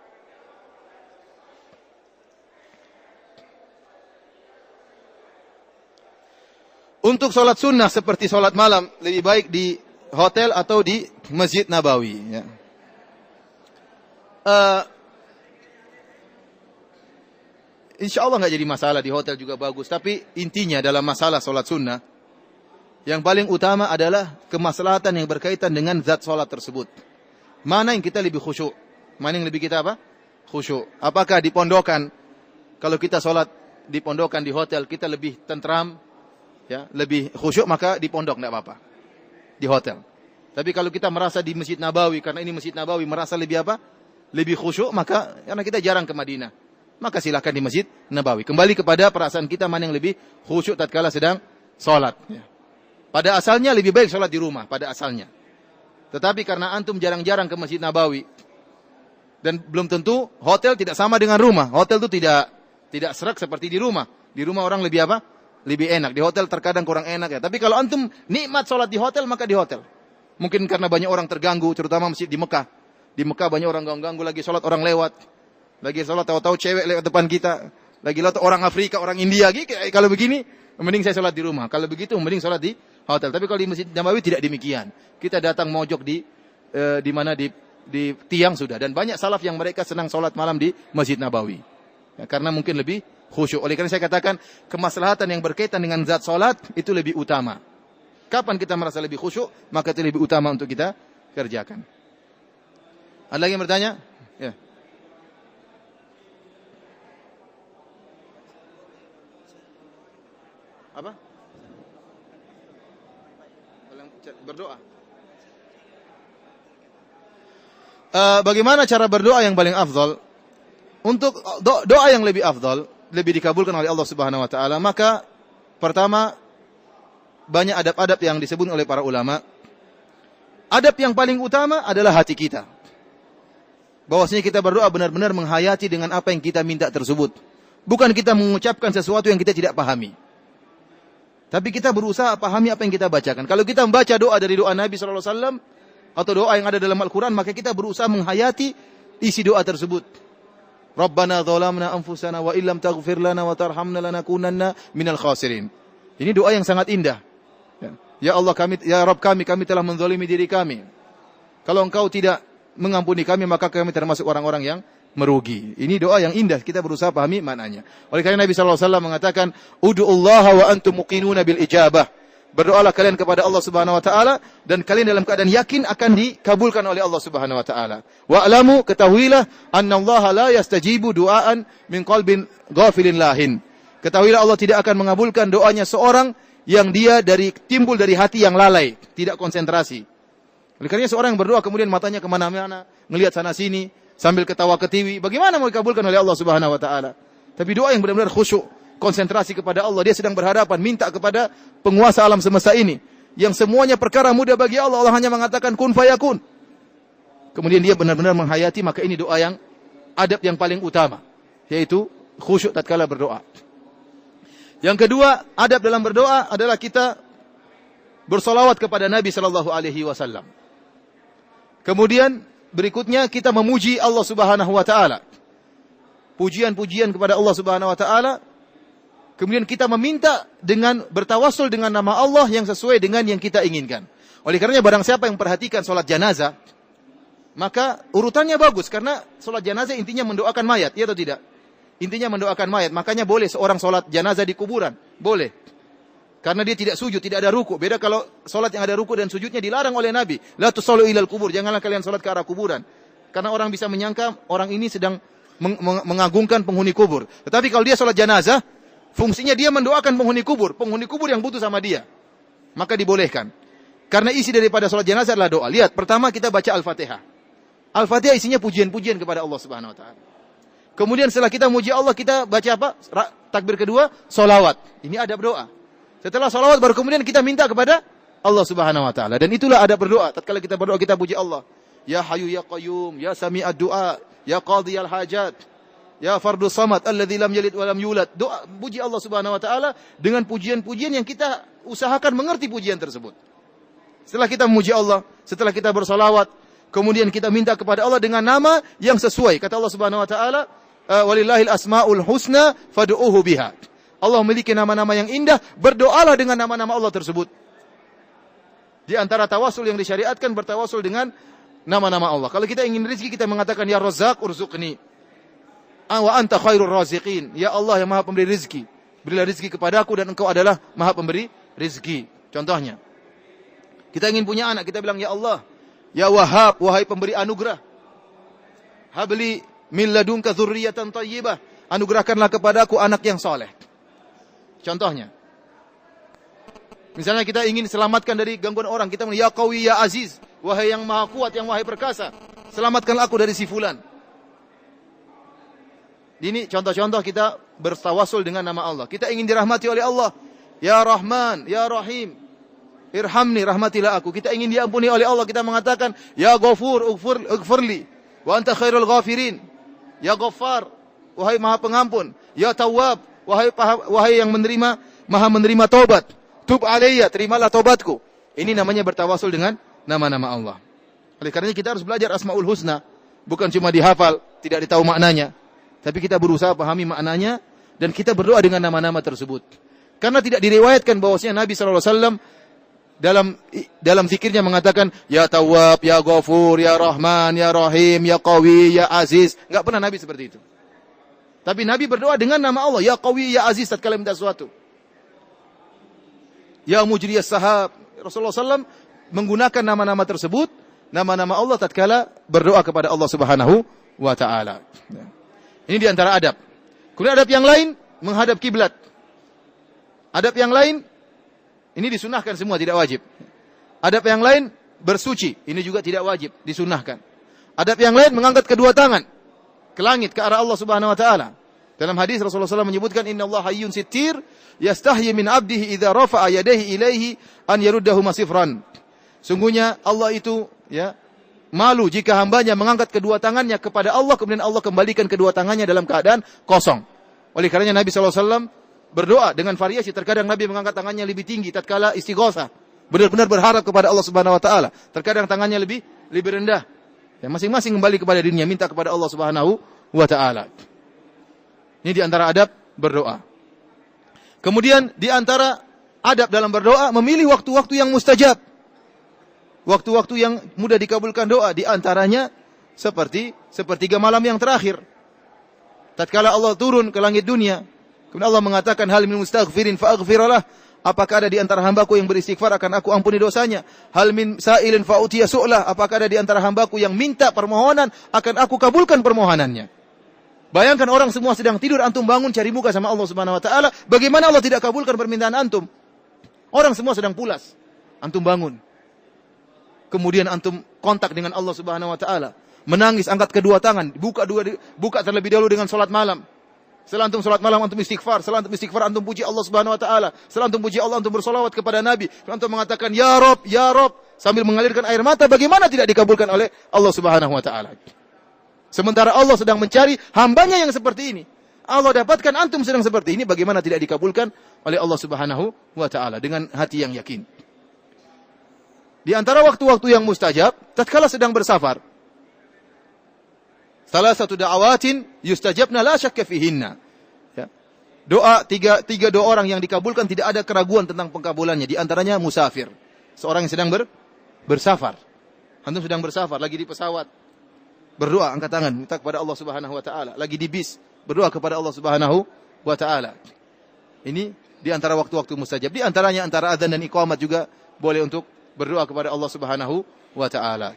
Untuk sholat sunnah seperti sholat malam, lebih baik di hotel atau di Masjid Nabawi, ya. uh, insya Allah nggak jadi masalah, di hotel juga bagus. Tapi intinya dalam masalah sholat sunnah, yang paling utama adalah kemaslahatan yang berkaitan dengan zat sholat tersebut. Mana yang kita lebih khusyuk? Mana yang lebih kita apa? Khusyuk. Apakah di pondokan, kalau kita sholat di pondokan di hotel, kita lebih tentram, ya, lebih khusyuk, maka di pondok tidak apa-apa, di hotel. Tapi kalau kita merasa di Masjid Nabawi, karena ini Masjid Nabawi, merasa lebih apa? Lebih khusyuk, maka karena kita jarang ke Madinah, maka silakan di Masjid Nabawi. Kembali kepada perasaan kita mana yang lebih khusyuk tatkala sedang sholat. Ya. Pada asalnya lebih baik sholat di rumah, pada asalnya. Tetapi karena antum jarang-jarang ke Masjid Nabawi, dan belum tentu hotel tidak sama dengan rumah. Hotel itu tidak tidak serak seperti di rumah. Di rumah orang lebih apa? Lebih enak. Di hotel terkadang kurang enak ya. Tapi kalau antum nikmat sholat di hotel, maka di hotel. Mungkin karena banyak orang terganggu, terutama masjid di Mekah. Di Mekah banyak orang ganggu, lagi sholat orang lewat. Lagi sholat tahu-tahu cewek lewat depan kita. Lagi lewat orang Afrika, orang India. Kalau begini, mending saya sholat di rumah. Kalau begitu, mending sholat di hotel. Tapi kalau di Masjid Nabawi tidak demikian. Kita datang mojok di eh, di mana di di tiang sudah. Dan banyak salaf yang mereka senang sholat malam di Masjid Nabawi. Ya, karena mungkin lebih khusyuk. Oleh karena saya katakan, kemaslahatan yang berkaitan dengan zat sholat itu lebih utama. Kapan kita merasa lebih khusyuk, maka itu lebih utama untuk kita kerjakan. Ada lagi yang bertanya? Ya. Apa? Berdoa. Uh, bagaimana cara berdoa yang paling afdal? Untuk do doa yang lebih afdal, lebih dikabulkan oleh Allah Subhanahu wa taala, maka pertama banyak adab-adab yang disebut oleh para ulama. Adab yang paling utama adalah hati kita. Bahwasanya kita berdoa benar-benar menghayati dengan apa yang kita minta tersebut. Bukan kita mengucapkan sesuatu yang kita tidak pahami. Tapi kita berusaha pahami apa yang kita bacakan. Kalau kita membaca doa dari doa Nabi shallallahu alaihi wasallam atau doa yang ada dalam Al-Quran, maka kita berusaha menghayati isi doa tersebut. Rabbana zalamna anfusana wa illam taghfir lana wa tarhamna lanakunanna minal khasirin. Ini doa yang sangat indah. Ya, ya Allah kami, ya Rabb kami, kami telah menzalimi diri kami. Kalau Engkau tidak mengampuni kami, maka kami termasuk orang-orang yang merugi. Ini doa yang indah, kita berusaha pahami maknanya. Oleh karena Nabi shallallahu alaihi wasallam mengatakan, Udu'ullaha wa antum muqinuna bil ijabah. Berdoalah kalian kepada Allah Subhanahu wa taala dan kalian dalam keadaan yakin akan dikabulkan oleh Allah Subhanahu wa taala. Wa alamu, ketahuilah annallaha la yastajibu du'aan min qalbin ghafilin lahin. Ketahuilah Allah tidak akan mengabulkan doanya seorang yang dia dari timbul dari hati yang lalai, tidak konsentrasi. Oleh karena seorang yang berdoa kemudian matanya kemana-mana, ngelihat sana sini sambil ketawa ketiwi, bagaimana mau dikabulkan oleh Allah Subhanahu wa taala? Tapi doa yang benar-benar khusyuk, konsentrasi kepada Allah, dia sedang berhadapan, minta kepada penguasa alam semesta ini, yang semuanya perkara mudah bagi Allah, Allah hanya mengatakan kun fayakun. Kemudian dia benar-benar menghayati, maka ini doa yang adab yang paling utama, yaitu khusyuk tatkala berdoa. Yang kedua, adab dalam berdoa adalah kita bersolawat kepada Nabi sallallahu alaihi wasallam. Kemudian berikutnya kita memuji Allah Subhanahu wa taala. Pujian-pujian kepada Allah Subhanahu wa taala. Kemudian kita meminta dengan bertawassul dengan nama Allah yang sesuai dengan yang kita inginkan. Oleh karenanya barang siapa yang perhatikan salat janazah, maka urutannya bagus karena salat janazah intinya mendoakan mayat, ya atau tidak? Intinya mendoakan mayat. Makanya boleh seorang salat janazah di kuburan, boleh. Karena dia tidak sujud, tidak ada ruku. Beda kalau salat yang ada ruku dan sujudnya dilarang oleh Nabi. La tusallu ilal kubur, janganlah kalian salat ke arah kuburan. Karena orang bisa menyangka orang ini sedang meng meng mengagungkan penghuni kubur. Tetapi kalau dia salat janazah, fungsinya dia mendoakan penghuni kubur, penghuni kubur yang butuh sama dia. Maka dibolehkan. Karena isi daripada salat janazah adalah doa. Lihat, pertama kita baca Al-Fatihah. Al-Fatihah isinya pujian-pujian kepada Allah Subhanahu wa taala. Kemudian setelah kita muji Allah, kita baca apa? Takbir kedua, solawat. Ini adab doa. Setelah solawat baru kemudian kita minta kepada Allah Subhanahu wa taala. Dan itulah adab berdoa. Tatkala kita berdoa kita puji Allah. Ya Hayyu ya Qayyum, ya Sami'ad du'a, ya Qadiyal hajat, ya Fardus Samad alladzi lam yalid wa lam yulad. Doa puji Allah Subhanahu wa taala dengan pujian-pujian yang kita usahakan mengerti pujian tersebut. Setelah kita memuji Allah, setelah kita bersolawat, kemudian kita minta kepada Allah dengan nama yang sesuai. Kata Allah Subhanahu wa taala, walillahil asmaul husna fad'uuhu biha. Allah memiliki nama-nama yang indah, berdoalah dengan nama-nama Allah tersebut. Di antara tawasul yang disyariatkan bertawasul dengan nama-nama Allah. Kalau kita ingin rezeki, kita mengatakan ya Razzaq urzuqni. Wa anta khairur raziqin. Ya Allah yang Maha pemberi rezeki, berilah rezeki kepadaku dan Engkau adalah Maha pemberi rezeki. Contohnya, kita ingin punya anak, kita bilang ya Allah, ya Wahhab, wahai pemberi anugerah. Habli min ladunka dzurriyyatan thayyibah. Anugerahkanlah kepadaku anak yang soleh. Contohnya, misalnya kita ingin selamatkan dari gangguan orang, kita bilang ya Qawi ya Aziz, wahai yang maha kuat, yang maha perkasa, selamatkanlah aku dari si fulan. Ini contoh-contoh kita bertawasul dengan nama Allah. Kita ingin dirahmati oleh Allah. Ya Rahman, Ya Rahim, irhamni, rahmatilah aku. Kita ingin diampuni oleh Allah. Kita mengatakan, Ya Ghafur, ughfir, ughfirli, wa anta khairul ghafirin. Ya Ghaffar, wahai maha pengampun. Ya Tawwab, wahai, wahai yang menerima, maha menerima taubat. Tub alayya, terimalah taubatku. Ini namanya bertawasul dengan nama-nama Allah. Oleh karena kita harus belajar Asmaul Husna. Bukan cuma dihafal, tidak ditahu maknanya. Tapi kita berusaha pahami maknanya dan kita berdoa dengan nama-nama tersebut. Karena tidak diriwayatkan bahwasanya Nabi shallallahu alaihi wasallam dalam dalam zikirnya mengatakan ya Tawwab, ya Ghafur, ya Rahman, ya Rahim, ya Qawi, ya Aziz. Enggak pernah Nabi seperti itu. Tapi Nabi berdoa dengan nama Allah, ya Qawi, ya Aziz tatkala minta sesuatu. Ya Mujriyas Sahab. Rasulullah shallallahu alaihi wasallam menggunakan nama-nama tersebut, nama-nama Allah tatkala berdoa kepada Allah Subhanahu wa taala. Ini di antara adab. Kemudian adab yang lain, menghadap kiblat. Adab yang lain, ini disunahkan semua, tidak wajib. Adab yang lain, bersuci. Ini juga tidak wajib, disunahkan. Adab yang lain, mengangkat kedua tangan ke langit, ke arah Allah Subhanahu wa taala. Dalam hadis Rasulullah shallallahu alaihi wasallam menyebutkan, Inna Allah hayyun sittir, yastahyi min abdihi idza rafa'a yadayhi ilaihi an yaruddahu masifran. Sungguhnya Allah itu ya malu jika hambanya mengangkat kedua tangannya kepada Allah, kemudian Allah kembalikan kedua tangannya dalam keadaan kosong. Oleh karenanya Nabi shallallahu alaihi wasallam berdoa dengan variasi. Terkadang Nabi mengangkat tangannya lebih tinggi tatkala istighosah, benar-benar berharap kepada Allah Subhanahu wa taala. Terkadang tangannya lebih lebih rendah. Ya, masing-masing kembali kepada dirinya, minta kepada Allah Subhanahu wa taala. Ini di antara adab berdoa. Kemudian di antara adab dalam berdoa, memilih waktu-waktu yang mustajab. Waktu-waktu yang mudah dikabulkan doa, di antaranya seperti sepertiga malam yang terakhir. Tatkala Allah turun ke langit dunia, kemudian Allah mengatakan, hal min mustaghfirin fa'aghfiralah. Apakah ada di antara hambaku yang beristighfar, akan aku ampuni dosanya. Hal min sa'ilin fa'utiya su'lah. Apakah ada di antara hambaku yang minta permohonan, akan aku kabulkan permohonannya. Bayangkan orang semua sedang tidur, antum bangun cari muka sama Allah Subhanahu wa taala, bagaimana Allah tidak kabulkan permintaan antum? Orang semua sedang pulas, antum bangun. Kemudian antum kontak dengan Allah Subhanahu wa taala, menangis, angkat kedua tangan, buka dua buka terlebih dahulu dengan salat malam. Setelah antum salat malam, antum istighfar. Setelah antum istighfar, antum puji Allah Subhanahu wa taala. Setelah antum puji Allah, antum bersolawat kepada Nabi. Setelah antum mengatakan ya Rob, ya Rob, sambil mengalirkan air mata, bagaimana tidak dikabulkan oleh Allah Subhanahu wa taala? Sementara Allah sedang mencari hambanya yang seperti ini. Allah dapatkan antum sedang seperti ini, bagaimana tidak dikabulkan oleh Allah Subhanahu wa taala dengan hati yang yakin. Di antara waktu-waktu yang mustajab, tatkala sedang bersafar. Salah satu da'awatin yustajabna la syakka fihinna. Ya. Doa tiga tiga doa orang yang dikabulkan, tidak ada keraguan tentang pengkabulannya. Di antaranya musafir, seorang yang sedang ber, bersafar. Antum sedang bersafar, lagi di pesawat, berdoa, angkat tangan, minta kepada Allah Subhanahu wa taala. Lagi di bis, berdoa kepada Allah Subhanahu wa taala. Ini di antara waktu-waktu mustajab. Di antaranya antara adzan dan iqamat juga boleh untuk berdoa kepada Allah Subhanahu wa taala.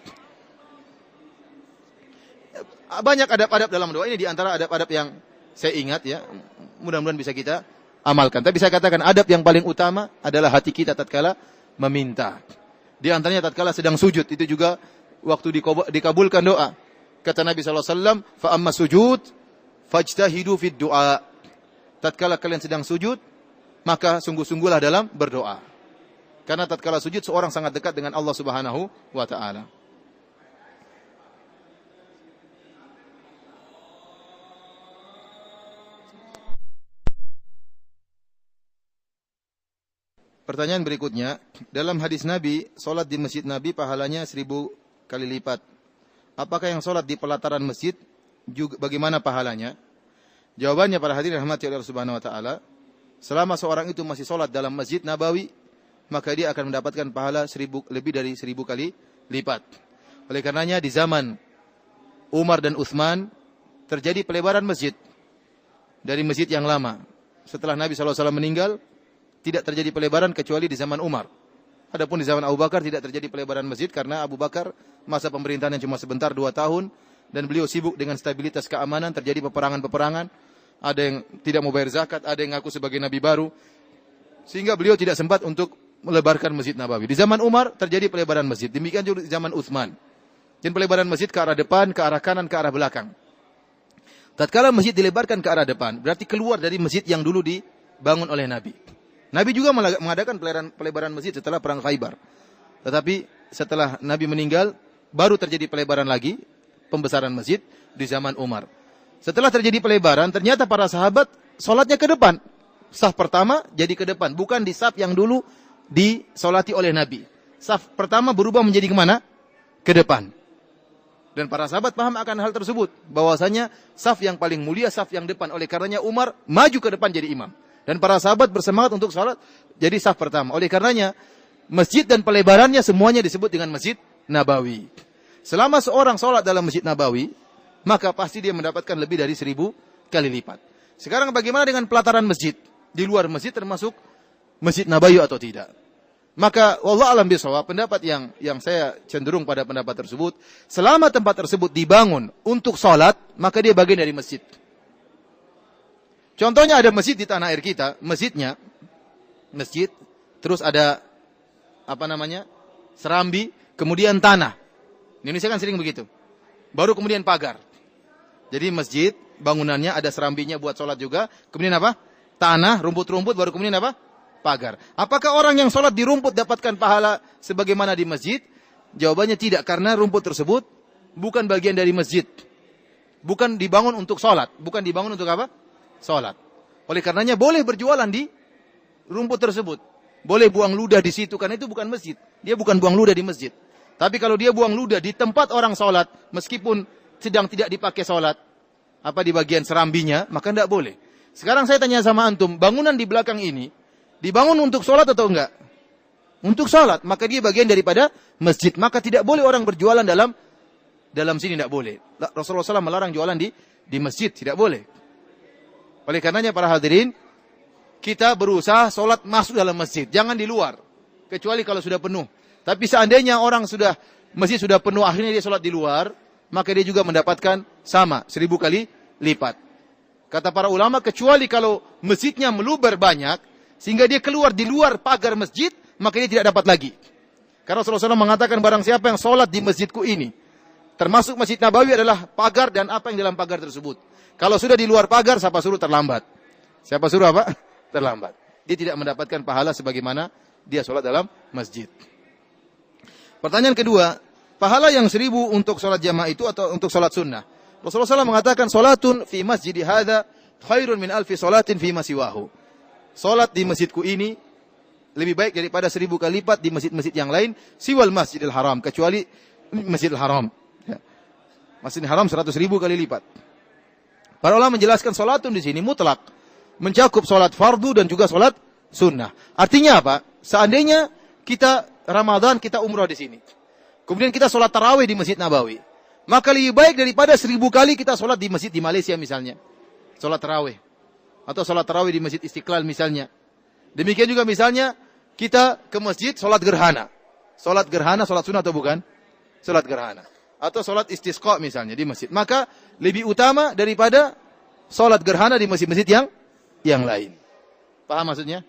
Banyak adab-adab dalam doa, ini di antara adab-adab yang saya ingat ya. Mudah-mudahan bisa kita amalkan. Tapi saya katakan adab yang paling utama adalah hati kita tatkala meminta. Di antaranya tatkala sedang sujud, itu juga waktu dikabulkan doa. Kata Nabi sallallahu alaihi wasallam, "Fa amma sujud fajtahidu fid du'a." Tatkala kalian sedang sujud, maka sungguh-sungguhlah dalam berdoa. Karena tatkala sujud seorang sangat dekat dengan Allah Subhanahu wa taala. Pertanyaan berikutnya, dalam hadis Nabi, solat di masjid Nabi pahalanya seribu kali lipat. Apakah yang solat di pelataran masjid juga bagaimana pahalanya? Jawabannya para hadirin rahmati Allah Subhanahu wa taala, selama seorang itu masih solat dalam Masjid Nabawi, maka dia akan mendapatkan pahala seribu, lebih dari seribu kali lipat. Oleh karenanya di zaman Umar dan Utsman terjadi pelebaran masjid dari masjid yang lama. Setelah Nabi shallallahu alaihi wasallam meninggal, tidak terjadi pelebaran kecuali di zaman Umar. Adapun di zaman Abu Bakar tidak terjadi pelebaran masjid karena Abu Bakar masa pemerintahan yang cuma sebentar, dua tahun, dan beliau sibuk dengan stabilitas keamanan, terjadi peperangan-peperangan, ada yang tidak mau bayar zakat, ada yang ngaku sebagai nabi baru, sehingga beliau tidak sempat untuk melebarkan Masjid Nabawi. Di zaman Umar terjadi pelebaran masjid, demikian juga di zaman Utsman. Dan pelebaran masjid ke arah depan, ke arah kanan, ke arah belakang. Tatkala masjid dilebarkan ke arah depan, berarti keluar dari masjid yang dulu dibangun oleh Nabi. Nabi juga mengadakan pelebaran masjid setelah perang Khaybar. Tetapi setelah Nabi meninggal, baru terjadi pelebaran lagi, pembesaran masjid di zaman Umar. Setelah terjadi pelebaran, ternyata para sahabat sholatnya ke depan. Saf pertama jadi ke depan, bukan di saf yang dulu disolati oleh Nabi. Saf pertama berubah menjadi kemana? Ke depan. Dan para sahabat paham akan hal tersebut, bahwasanya saf yang paling mulia saf yang depan. Oleh karenanya Umar maju ke depan jadi imam. Dan para sahabat bersemangat untuk sholat jadi saf pertama. Oleh karenanya masjid dan pelebarannya semuanya disebut dengan Masjid Nabawi. Selama seorang sholat dalam Masjid Nabawi, maka pasti dia mendapatkan lebih dari seribu kali lipat. Sekarang bagaimana dengan pelataran masjid? Di luar masjid termasuk Masjid Nabawi atau tidak? Maka wallahu alam bisawab, pendapat yang yang saya cenderung pada pendapat tersebut, selama tempat tersebut dibangun untuk sholat, maka dia bagian dari masjid. Contohnya ada masjid di tanah air kita, masjidnya, masjid, terus ada, apa namanya, serambi, kemudian tanah. Di Indonesia kan sering begitu. Baru kemudian pagar. Jadi masjid, bangunannya ada serambinya buat sholat juga, kemudian apa? Tanah, rumput-rumput, baru kemudian apa? Pagar. Apakah orang yang sholat di rumput dapatkan pahala sebagaimana di masjid? Jawabannya tidak, karena rumput tersebut bukan bagian dari masjid. Bukan dibangun untuk sholat. Bukan dibangun untuk apa? Sholat. Oleh karenanya boleh berjualan di rumput tersebut. Boleh buang ludah di situ, karena itu bukan masjid. Dia bukan buang ludah di masjid. Tapi kalau dia buang ludah di tempat orang sholat, meskipun sedang tidak dipakai sholat, apa di bagian serambinya, maka tidak boleh. Sekarang saya tanya sama antum, bangunan di belakang ini, dibangun untuk sholat atau enggak? Untuk sholat, maka dia bagian daripada masjid. Maka tidak boleh orang berjualan dalam dalam sini, tidak boleh. Rasulullah shallallahu alaihi wasallam melarang jualan di di masjid, tidak boleh. Oleh karenanya para hadirin, kita berusaha sholat masuk dalam masjid, jangan di luar. Kecuali kalau sudah penuh. Tapi seandainya orang sudah, masjid sudah penuh, akhirnya dia sholat di luar, maka dia juga mendapatkan sama, seribu kali lipat. Kata para ulama, kecuali kalau masjidnya meluber banyak, sehingga dia keluar di luar pagar masjid, maka dia tidak dapat lagi. Karena Rasulullah shallallahu alaihi wasallam mengatakan, barang siapa yang sholat di masjidku ini, termasuk Masjid Nabawi adalah pagar dan apa yang dalam pagar tersebut. Kalau sudah di luar pagar, siapa suruh terlambat? Siapa suruh apa? Terlambat. Dia tidak mendapatkan pahala sebagaimana dia sholat dalam masjid. Pertanyaan kedua, pahala yang seribu untuk sholat jamaah itu atau untuk sholat sunnah? Rasulullah shallallahu alaihi wasallam mengatakan, sholatun fi masjidi hadha khairun min alfi sholatin fi masiwahu. Sholat di masjidku ini lebih baik daripada seribu kali lipat di masjid-masjid yang lain, siwal masjidil haram, kecuali masjidil haram. Ya. Masjidil haram seratus ribu kali lipat. Para ulama menjelaskan sholatun di sini mutlak, mencakup sholat fardu dan juga sholat sunnah. Artinya apa? Seandainya kita Ramadan, kita umrah di sini, kemudian kita sholat tarawih di Masjid Nabawi, maka lebih baik daripada seribu kali kita sholat di masjid di Malaysia misalnya, sholat tarawih, atau sholat tarawih di Masjid Istiqlal misalnya. Demikian juga misalnya kita ke masjid sholat gerhana, sholat gerhana, sholat sunnah atau bukan? Sholat gerhana. Atau sholat istisqa misalnya di masjid. Maka lebih utama daripada sholat gerhana di masjid-masjid yang yang lain. Paham maksudnya?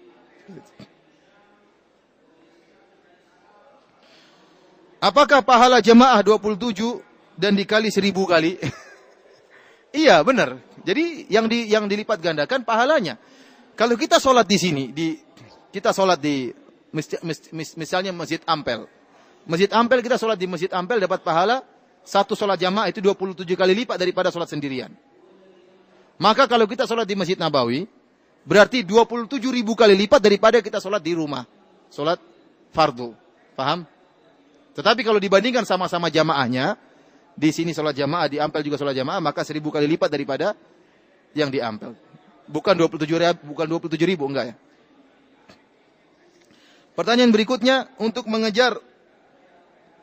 Apakah pahala jemaah dua puluh tujuh dan dikali seribu kali? Iya, benar. Jadi yang di yang dilipat gandakan pahalanya. Kalau kita sholat di sini, di kita sholat di mis, mis, mis, misalnya Masjid Ampel. Masjid Ampel, kita sholat di Masjid Ampel dapat pahala satu sholat jamaah itu dua puluh tujuh kali lipat daripada sholat sendirian. Maka kalau kita sholat di Masjid Nabawi, berarti dua puluh tujuh ribu kali lipat daripada kita sholat di rumah. Sholat fardu. Paham? Tetapi kalau dibandingkan sama-sama jamaahnya, di sini sholat jamaah, di Ampel juga sholat jamaah, maka seribu kali lipat daripada yang di Ampel. Bukan dua puluh tujuh ribu, bukan dua puluh tujuh ribu, enggak ya. Pertanyaan berikutnya, untuk mengejar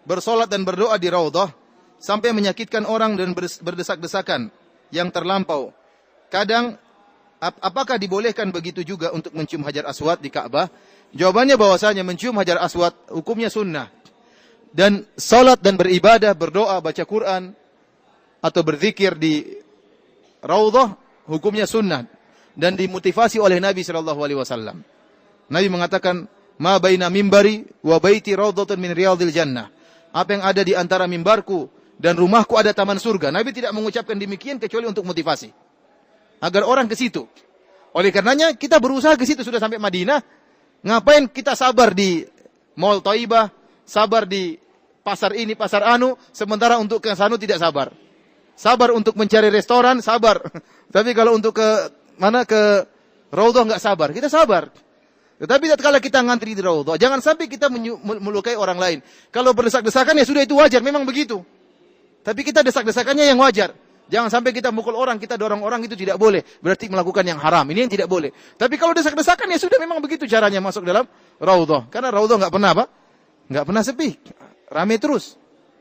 bersolat dan berdoa di Raudhah sampai menyakitkan orang dan berdesak-desakan yang terlampau. Kadang ap apakah dibolehkan begitu juga untuk mencium Hajar Aswad di Ka'bah? Jawabannya bahwasanya mencium Hajar Aswad hukumnya sunnah. Dan salat dan beribadah, berdoa, baca Quran atau berzikir di Raudhah hukumnya sunnah dan dimotivasi oleh Nabi sallallahu alaihi wasallam. Nabi mengatakan, "Ma baina mimbari wa baiti raudhatun min riyadil jannah." Apa yang ada di antara mimbarku dan rumahku ada taman surga. Nabi tidak mengucapkan demikian kecuali untuk motivasi agar orang ke situ. Oleh karenanya kita berusaha ke situ sudah sampai Madinah. Ngapain kita sabar di Mall Thaibah, sabar di pasar ini, pasar anu, sementara untuk ke sana tidak sabar. Sabar untuk mencari restoran, sabar. Tapi kalau untuk ke mana ke Raudhah enggak sabar. Kita sabar. Tetapi tatkala kita ngantri di Raudhah, jangan sampai kita melukai orang lain. Kalau berdesak-desakan ya sudah itu wajar, memang begitu. Tapi kita desak-desakannya yang wajar. Jangan sampai kita mukul orang, kita dorong orang, itu tidak boleh. Berarti melakukan yang haram. Ini yang tidak boleh. Tapi kalau desak-desakan ya sudah memang begitu caranya masuk dalam Raudhah. Karena Raudhah enggak pernah apa? Enggak pernah sepi. Ramai terus.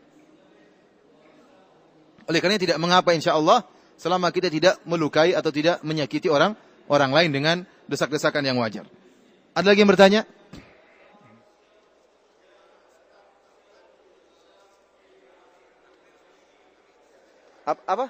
Oleh karena tidak mengapa insyaallah selama kita tidak melukai atau tidak menyakiti orang orang lain dengan desak-desakan yang wajar. Ada lagi yang bertanya? Apa?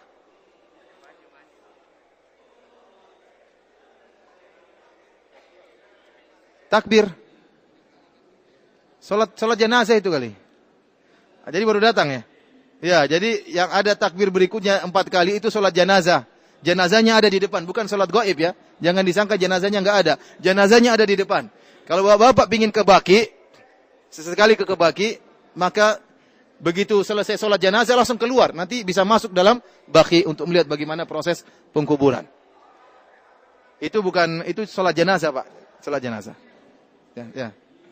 Takbir. Salat salat jenazah itu kali. Jadi baru datang ya? Ya, jadi yang ada takbir berikutnya empat kali itu salat jenazah. Jenazahnya ada di depan, bukan salat gaib ya. Jangan disangka jenazahnya enggak ada. Jenazahnya ada di depan. Kalau bapak-bapak pingin ke Baqi, sesekali ke Baqi, maka begitu selesai salat jenazah langsung keluar. Nanti bisa masuk dalam Baqi untuk melihat bagaimana proses pengkuburan. Itu bukan, itu salat jenazah Pak. Salat jenazah. Ya, ya.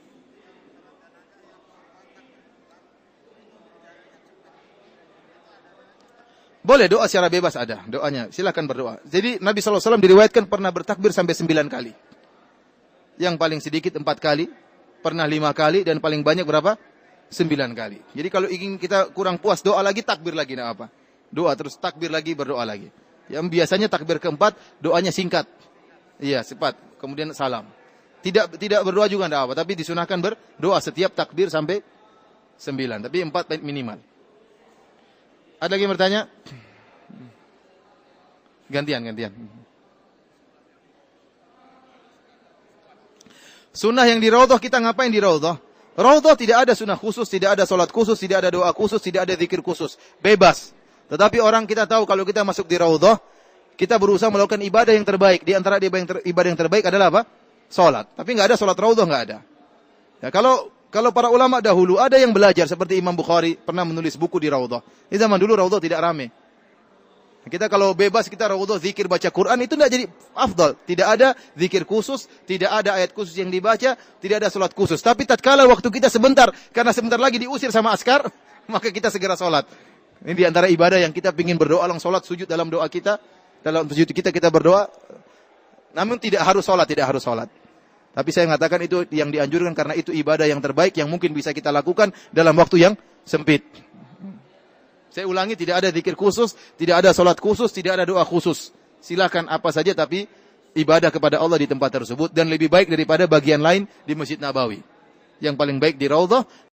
Boleh doa secara bebas ada doanya. Silakan berdoa. Jadi Nabi sallallahu alaihi wasallam diriwayatkan pernah bertakbir sampai sembilan kali. Yang paling sedikit empat kali, pernah lima kali, dan paling banyak berapa? Sembilan kali. Jadi kalau ingin kita kurang puas, doa lagi, takbir lagi, tidak apa. Doa terus, takbir lagi, berdoa lagi. Yang biasanya takbir keempat, doanya singkat. Iya, cepat. Kemudian salam. Tidak tidak berdoa juga tidak apa. Tapi disunahkan berdoa setiap takbir sampai sembilan. Tapi empat minimal. Ada lagi yang bertanya? Gantian, gantian. Sunnah yang di Raudhah, kita ngapain di Raudhah? Raudhah tidak ada sunnah khusus, tidak ada solat khusus, tidak ada doa khusus, tidak ada zikir khusus. Bebas. Tetapi orang kita tahu kalau kita masuk di Raudhah, kita berusaha melakukan ibadah yang terbaik. Di antara ibadah yang terbaik adalah apa? Solat. Tapi nggak ada solat Raudhah, nggak ada. Ya, kalau Kalau para ulama dahulu ada yang belajar seperti Imam Bukhari pernah menulis buku di Raudhah. Di zaman dulu Raudhah tidak ramai. Kita kalau bebas kita Raudhah zikir baca Quran itu tidak jadi afdal. Tidak ada zikir khusus, tidak ada ayat khusus yang dibaca, tidak ada salat khusus. Tapi tatkala waktu kita sebentar karena sebentar lagi diusir sama askar, maka kita segera salat. Ini di antara ibadah yang kita ingin berdoa langsung salat, sujud dalam doa kita, dalam sujud kita kita berdoa. Namun tidak harus salat, tidak harus salat. Tapi saya mengatakan itu yang dianjurkan karena itu ibadah yang terbaik yang mungkin bisa kita lakukan dalam waktu yang sempit. Saya ulangi, tidak ada zikir khusus, tidak ada salat khusus, tidak ada doa khusus. Silakan apa saja tapi ibadah kepada Allah di tempat tersebut dan lebih baik daripada bagian lain di Masjid Nabawi. Yang paling baik di Raudhah